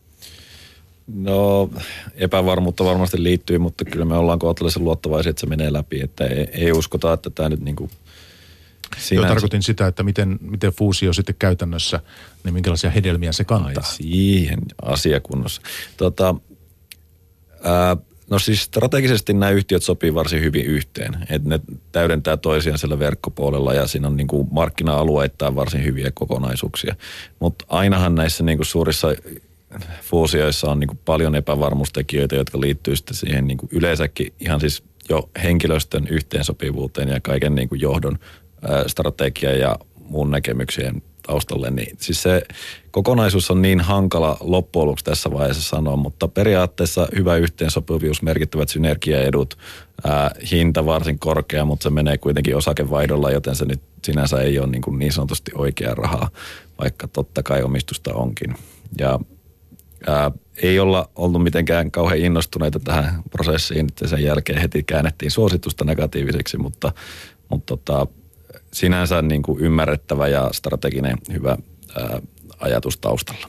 No epävarmuutta varmasti liittyy, mutta kyllä me ollaan kohtalaisen luottavaisia, että se menee läpi. Että ei, ei uskota, että tämä nyt niin kuin sinänsä... Joo, tarkoitin sitä, että miten, miten fuusio sitten käytännössä, niin minkälaisia hedelmiä se kantaa. Ai siihen asiakunnossa. Tota, ää, no siis strategisesti nämä yhtiöt sopii varsin hyvin yhteen. Että ne täydentää toisiaan siellä verkkopuolella ja siinä on niin kuin markkina-alueittain varsin hyviä kokonaisuuksia. Mutta ainahan näissä niin kuin suurissa fuusioissa on niin kuin paljon epävarmuustekijöitä, jotka liittyy sitten siihen niin kuin yleensäkin ihan siis jo henkilöstön yhteensopivuuteen ja kaiken niin kuin johdon strategia ja muun näkemyksien taustalle. Niin siis se kokonaisuus on niin hankala loppujen lopuksi tässä vaiheessa sanoa, mutta periaatteessa hyvä yhteensopivuus, merkittävät synergiaedut, ää, hinta varsin korkea, mutta se menee kuitenkin osakevaihdolla, joten se nyt sinänsä ei ole niin, kuin niin sanotusti oikea rahaa, vaikka totta kai omistusta onkin. Ja ää, ei olla ollut mitenkään kauhean innostuneita tähän prosessiin, että sen jälkeen heti käännettiin suositusta negatiiviseksi, mutta, mutta tota, sinänsä niin kuin ymmärrettävä ja strateginen hyvä ää, ajatus taustalla.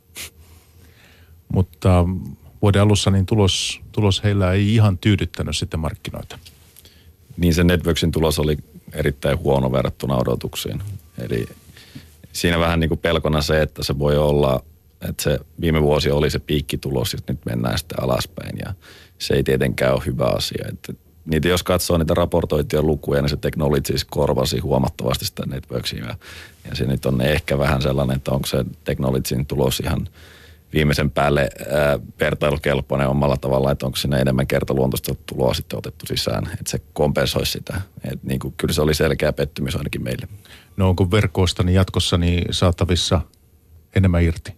Mutta vuoden alussa niin tulos, tulos heillä ei ihan tyydyttänyt sitten markkinoita. Niin se Networksin tulos oli erittäin huono verrattuna odotuksiin. Eli siinä vähän niin kuin pelkona se, että se voi olla, että se viime vuosi oli se piikkitulos, jos nyt mennään sitten alaspäin ja se ei tietenkään ole hyvä asia. Että niitä jos katsoo niitä raportoituja lukuja, niin se Technologies korvasi huomattavasti sitä Networksia. Ja, ja se nyt on ehkä vähän sellainen, että onko se Technologiesin tulos ihan viimeisen päälle ää, vertailukelpoinen omalla tavallaan, että onko siinä enemmän kertaluontoista tuloa sitten otettu sisään, että se kompensoisi sitä. Et niin kuin, kyllä se oli selkeä pettymys ainakin meille. No onko verkkoista niin jatkossa niin saatavissa enemmän irti?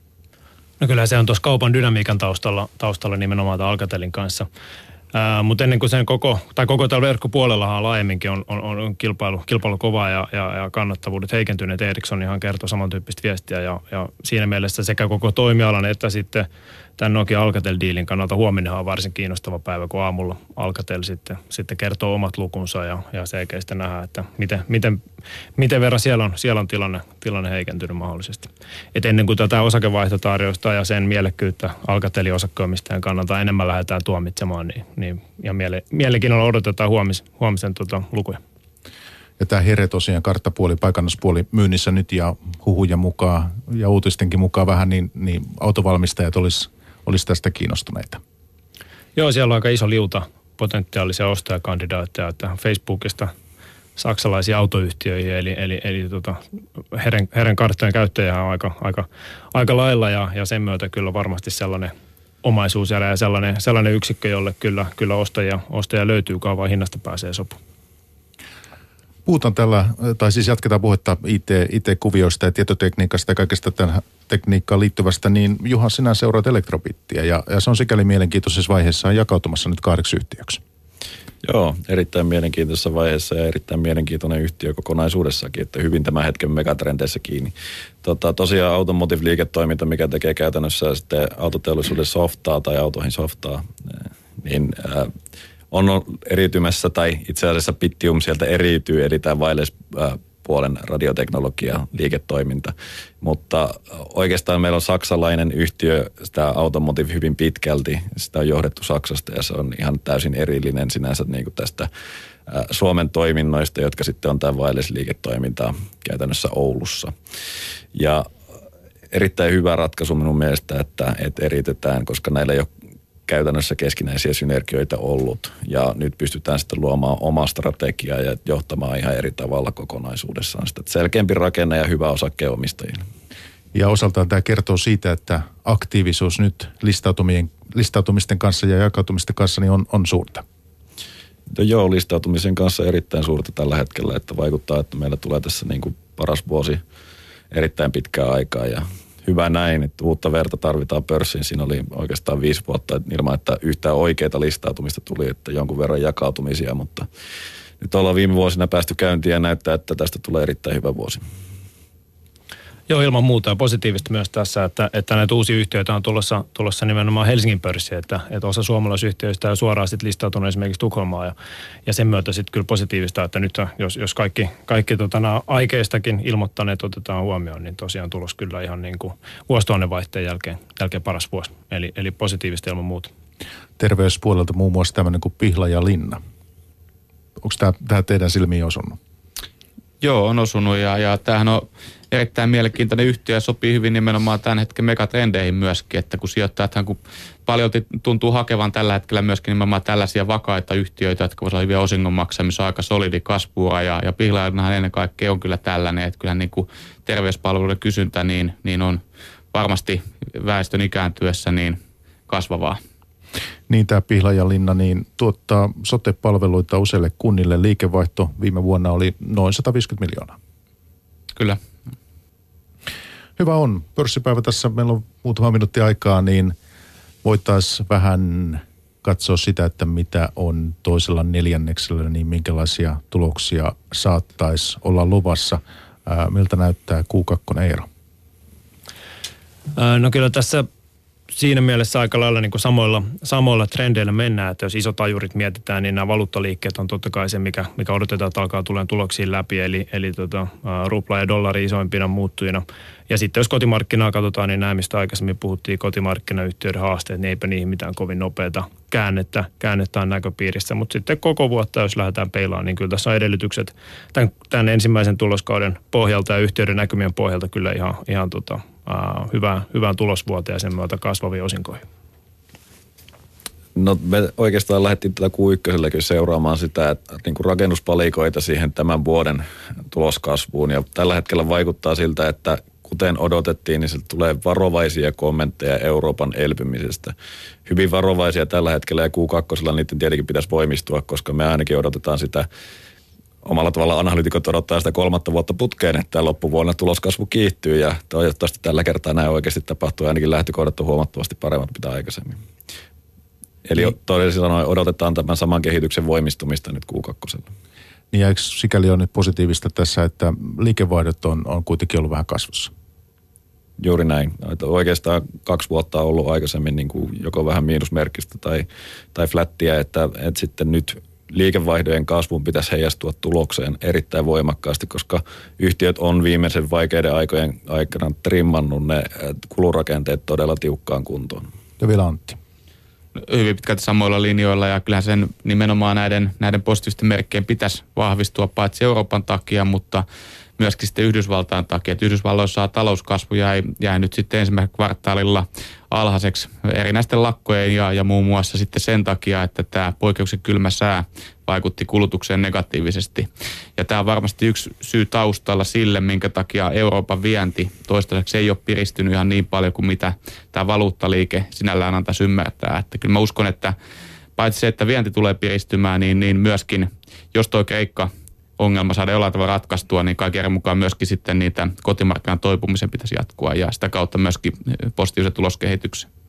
No kyllä se on tuossa kaupan dynamiikan taustalla, taustalla nimenomaan tämän Alcatelin kanssa. Ää, mutta ennen kuin sen koko, tai koko tällä verkkopuolellahan laajemminkin on, on, on kilpailu, kilpailu kovaa ja, ja, ja kannattavuudet heikentyneet. Ericsson ihan kertoo samantyyppistä viestiä ja, ja siinä mielessä sekä koko toimialan että sitten tämän Nokia Alcatel-diilin kannalta huomenna on varsin kiinnostava päivä, kun aamulla Alcatel sitten, sitten kertoo omat lukunsa ja, ja selkeästi sitten nähdään, että miten, miten, miten verran siellä on, siellä on tilanne, tilanne heikentynyt mahdollisesti. Et ennen kuin tätä osakevaihtotarjousta ja sen mielekkyyttä Alcatelin osakkeomistajan kannalta enemmän lähdetään tuomitsemaan, niin, niin ja miele, mielenkiinnolla odotetaan huomis, huomisen tota, lukuja. Ja tämä Here tosiaan karttapuoli, paikannuspuoli myynnissä nyt ja huhuja mukaan ja uutistenkin mukaan vähän, niin, niin autovalmistajat olisi olis tästä kiinnostuneita. Joo, siellä on aika iso liuta potentiaalisia ostajakandidaatteja, että Facebookista saksalaisia autoyhtiöihin, eli, eli, eli tota, Heren, Heren karttojen käyttäjä on aika, aika, aika lailla ja, ja sen myötä kyllä varmasti sellainen omaisuuserä ja sellainen, sellainen yksikkö, jolle kyllä, kyllä ostajia, ostajia löytyy, kauan hinnasta pääsee sopuun. Puhutaan tällä, tai siis jatketaan puhetta I T, I T-kuvioista ja tietotekniikasta ja kaikesta tähän tekniikkaan liittyvästä, niin Juha, sinä seuraat Elektrobittiä ja, ja se on sikäli mielenkiintoisessa vaiheessa on jakautumassa nyt kahdeksi yhtiöksi. Joo, erittäin mielenkiintoisessa vaiheessa ja erittäin mielenkiintoinen yhtiö kokonaisuudessakin, että hyvin tämän hetken megatrendeissä kiinni. Tota, tosiaan Automotive-liiketoiminta, mikä tekee käytännössä sitten autoteollisuuden softaa tai autoihin softaa, niin äh, on eriytymässä tai itse asiassa Bittium sieltä eriytyy, eli tämä wireless puolen radioteknologia, liiketoiminta. Mutta oikeastaan meillä on saksalainen yhtiö, sitä Automotive hyvin pitkälti, sitä on johdettu Saksasta ja se on ihan täysin erillinen sinänsä niin kuin tästä Suomen toiminnoista, jotka sitten on tämä wireless-liiketoimintaa käytännössä Oulussa. Ja erittäin hyvä ratkaisu minun mielestä, että, että eritetään, koska näillä ei ole käytännössä keskinäisiä synergioita ollut. Ja nyt pystytään sitten luomaan omaa strategiaa ja johtamaan ihan eri tavalla kokonaisuudessaan sitä. Selkeämpi rakenne ja hyvä osakkeenomistajille. Ja osaltaan tämä kertoo siitä, että aktiivisuus nyt listautumisten kanssa ja jakautumisten kanssa niin on, on suurta. No joo, listautumisen kanssa erittäin suurta tällä hetkellä, että vaikuttaa, että meillä tulee tässä niin kuin paras vuosi erittäin pitkää aikaa ja hyvä näin, että uutta verta tarvitaan pörssiin. Siinä oli oikeastaan viisi vuotta ilman, että yhtään oikeita listautumista tuli, että jonkun verran jakautumisia, mutta nyt ollaan viime vuosina päästy käyntiin ja näyttää, että tästä tulee erittäin hyvä vuosi. Joo, ilman muuta ja positiivista myös tässä, että, että näitä uusia yhtiöitä on tulossa, tulossa nimenomaan Helsingin pörssiin, että, että osa suomalaisyhtiöistä on suoraan sitten listautunut esimerkiksi Tukholmaan ja, ja sen myötä sitten kyllä positiivista, että nyt jos, jos kaikki, kaikki tota, nämä aikeistakin ilmoittaneet otetaan huomioon, niin tosiaan tulos kyllä ihan niin kuin vuosituhannen vaihteen jälkeen, jälkeen paras vuosi, eli, eli positiivista ilman muuta. Terveyspuolelta muun muassa tämmöinen kuin Pihlajalinna. Onko tämä, tämä teidän silmiin osunut? Joo, on osunut ja, ja tämähän on erittäin mielenkiintoinen yhtiö ja sopii hyvin nimenomaan tämän hetken megatrendeihin myöskin, että kun sijoittajathan kun paljon tuntuu hakevan tällä hetkellä myöskin nimenomaan tällaisia vakaita yhtiöitä, jotka voisivat olla hyviä osingonmaksamissa, aika solidi kasvua ja, ja Pihlajalinnahan ennen kaikkea on kyllä tällainen, että kyllä niin kuin terveyspalveluiden kysyntä niin, niin on varmasti väestön ikääntyessä niin kasvavaa. Niin tämä Pihlajalinna niin tuottaa sote-palveluita useille kunnille. Liikevaihto viime vuonna oli noin sata viisikymmentä miljoonaa. Kyllä. Hyvä on. Pörssipäivä tässä, meillä on muutama minuutti aikaa, niin voitaisiin vähän katsoa sitä, että mitä on toisella neljänneksellä, niin minkälaisia tuloksia saattaisi olla luvassa. Ää, miltä näyttää Q kaksi Eero? No kyllä tässä siinä mielessä aika lailla niin kuin samoilla, samoilla trendeillä mennään, että jos isot ajurit mietitään, niin nämä valuuttaliikkeet on totta kai se, mikä, mikä odotetaan, että alkaa tulemaan tuloksiin läpi, eli, eli tota, rupla ja dollari isoimpina muuttujina. Ja sitten jos kotimarkkinaa katsotaan, niin nämä, mistä aikaisemmin puhuttiin, kotimarkkinayhtiöiden haasteet, niin eipä niihin mitään kovin nopeata käännettä, käännettä on näköpiirissä. Mutta sitten koko vuotta, jos lähdetään peilaan, niin kyllä tässä on edellytykset tämän, tämän ensimmäisen tuloskauden pohjalta ja yhtiöiden näkymien pohjalta kyllä ihan, ihan tota, Uh, hyvään, hyvään tulosvuoteen ja sen myötä kasvaviin osinkoihin. No me oikeastaan lähdettiin tätä Q yksi seuraamaan sitä, että niin kuin rakennuspalikoita siihen tämän vuoden tuloskasvuun. Ja tällä hetkellä vaikuttaa siltä, että kuten odotettiin, niin sieltä tulee varovaisia kommentteja Euroopan elpymisestä. Hyvin varovaisia tällä hetkellä ja Q kaksi niiden tietenkin pitäisi voimistua, koska me ainakin odotetaan sitä. Omalla tavalla analytikot odottaa sitä kolmatta vuotta putkeen, että loppuvuonna tuloskasvu kiihtyy ja toivottavasti tällä kertaa näin oikeasti tapahtuu. Ainakin lähtökohdat on huomattavasti paremmat mitä aikaisemmin. Eli niin. Todella sanoen odotetaan tämän saman kehityksen voimistumista nyt Q kaksi. Niin ja eikö sikäli on nyt positiivista tässä, että liikevaihdot on, on kuitenkin ollut vähän kasvussa? Juuri näin. Oikeastaan kaksi vuotta on ollut aikaisemmin niin kuin joko vähän miinusmerkkistä tai, tai flättiä, että, että sitten nyt liikevaihdojen kasvun pitäisi heijastua tulokseen erittäin voimakkaasti, koska yhtiöt on viimeisen vaikeiden aikojen aikana trimmannut ne kulurakenteet todella tiukkaan kuntoon. Ja vielä Antti. Hyvin pitkälti samoilla linjoilla ja kyllähän sen nimenomaan näiden, näiden positiivisten merkkien pitäisi vahvistua paitsi Euroopan takia, mutta myöskin sitten Yhdysvaltain takia. Että Yhdysvalloissa talouskasvu jäi, jäi nyt sitten ensimmäisellä kvartaalilla alhaiseksi erinäisten lakkojen ja, ja muun muassa sitten sen takia, että tämä poikkeuksen kylmä sää vaikutti kulutukseen negatiivisesti. Ja tämä on varmasti yksi syy taustalla sille, minkä takia Euroopan vienti toistaiseksi ei ole piristynyt ihan niin paljon kuin mitä tämä valuuttaliike sinällään antaisi ymmärtää. Että kyllä mä uskon, että paitsi se, että vienti tulee piristymään, niin, niin myöskin, jos tuo Kreikka ongelma saada jollain tavalla ratkaistua, niin kaiken mukaan myöskin sitten niitä kotimarkkinan toipumisen pitäisi jatkua ja sitä kautta myöskin positiivisen tuloskehityksen.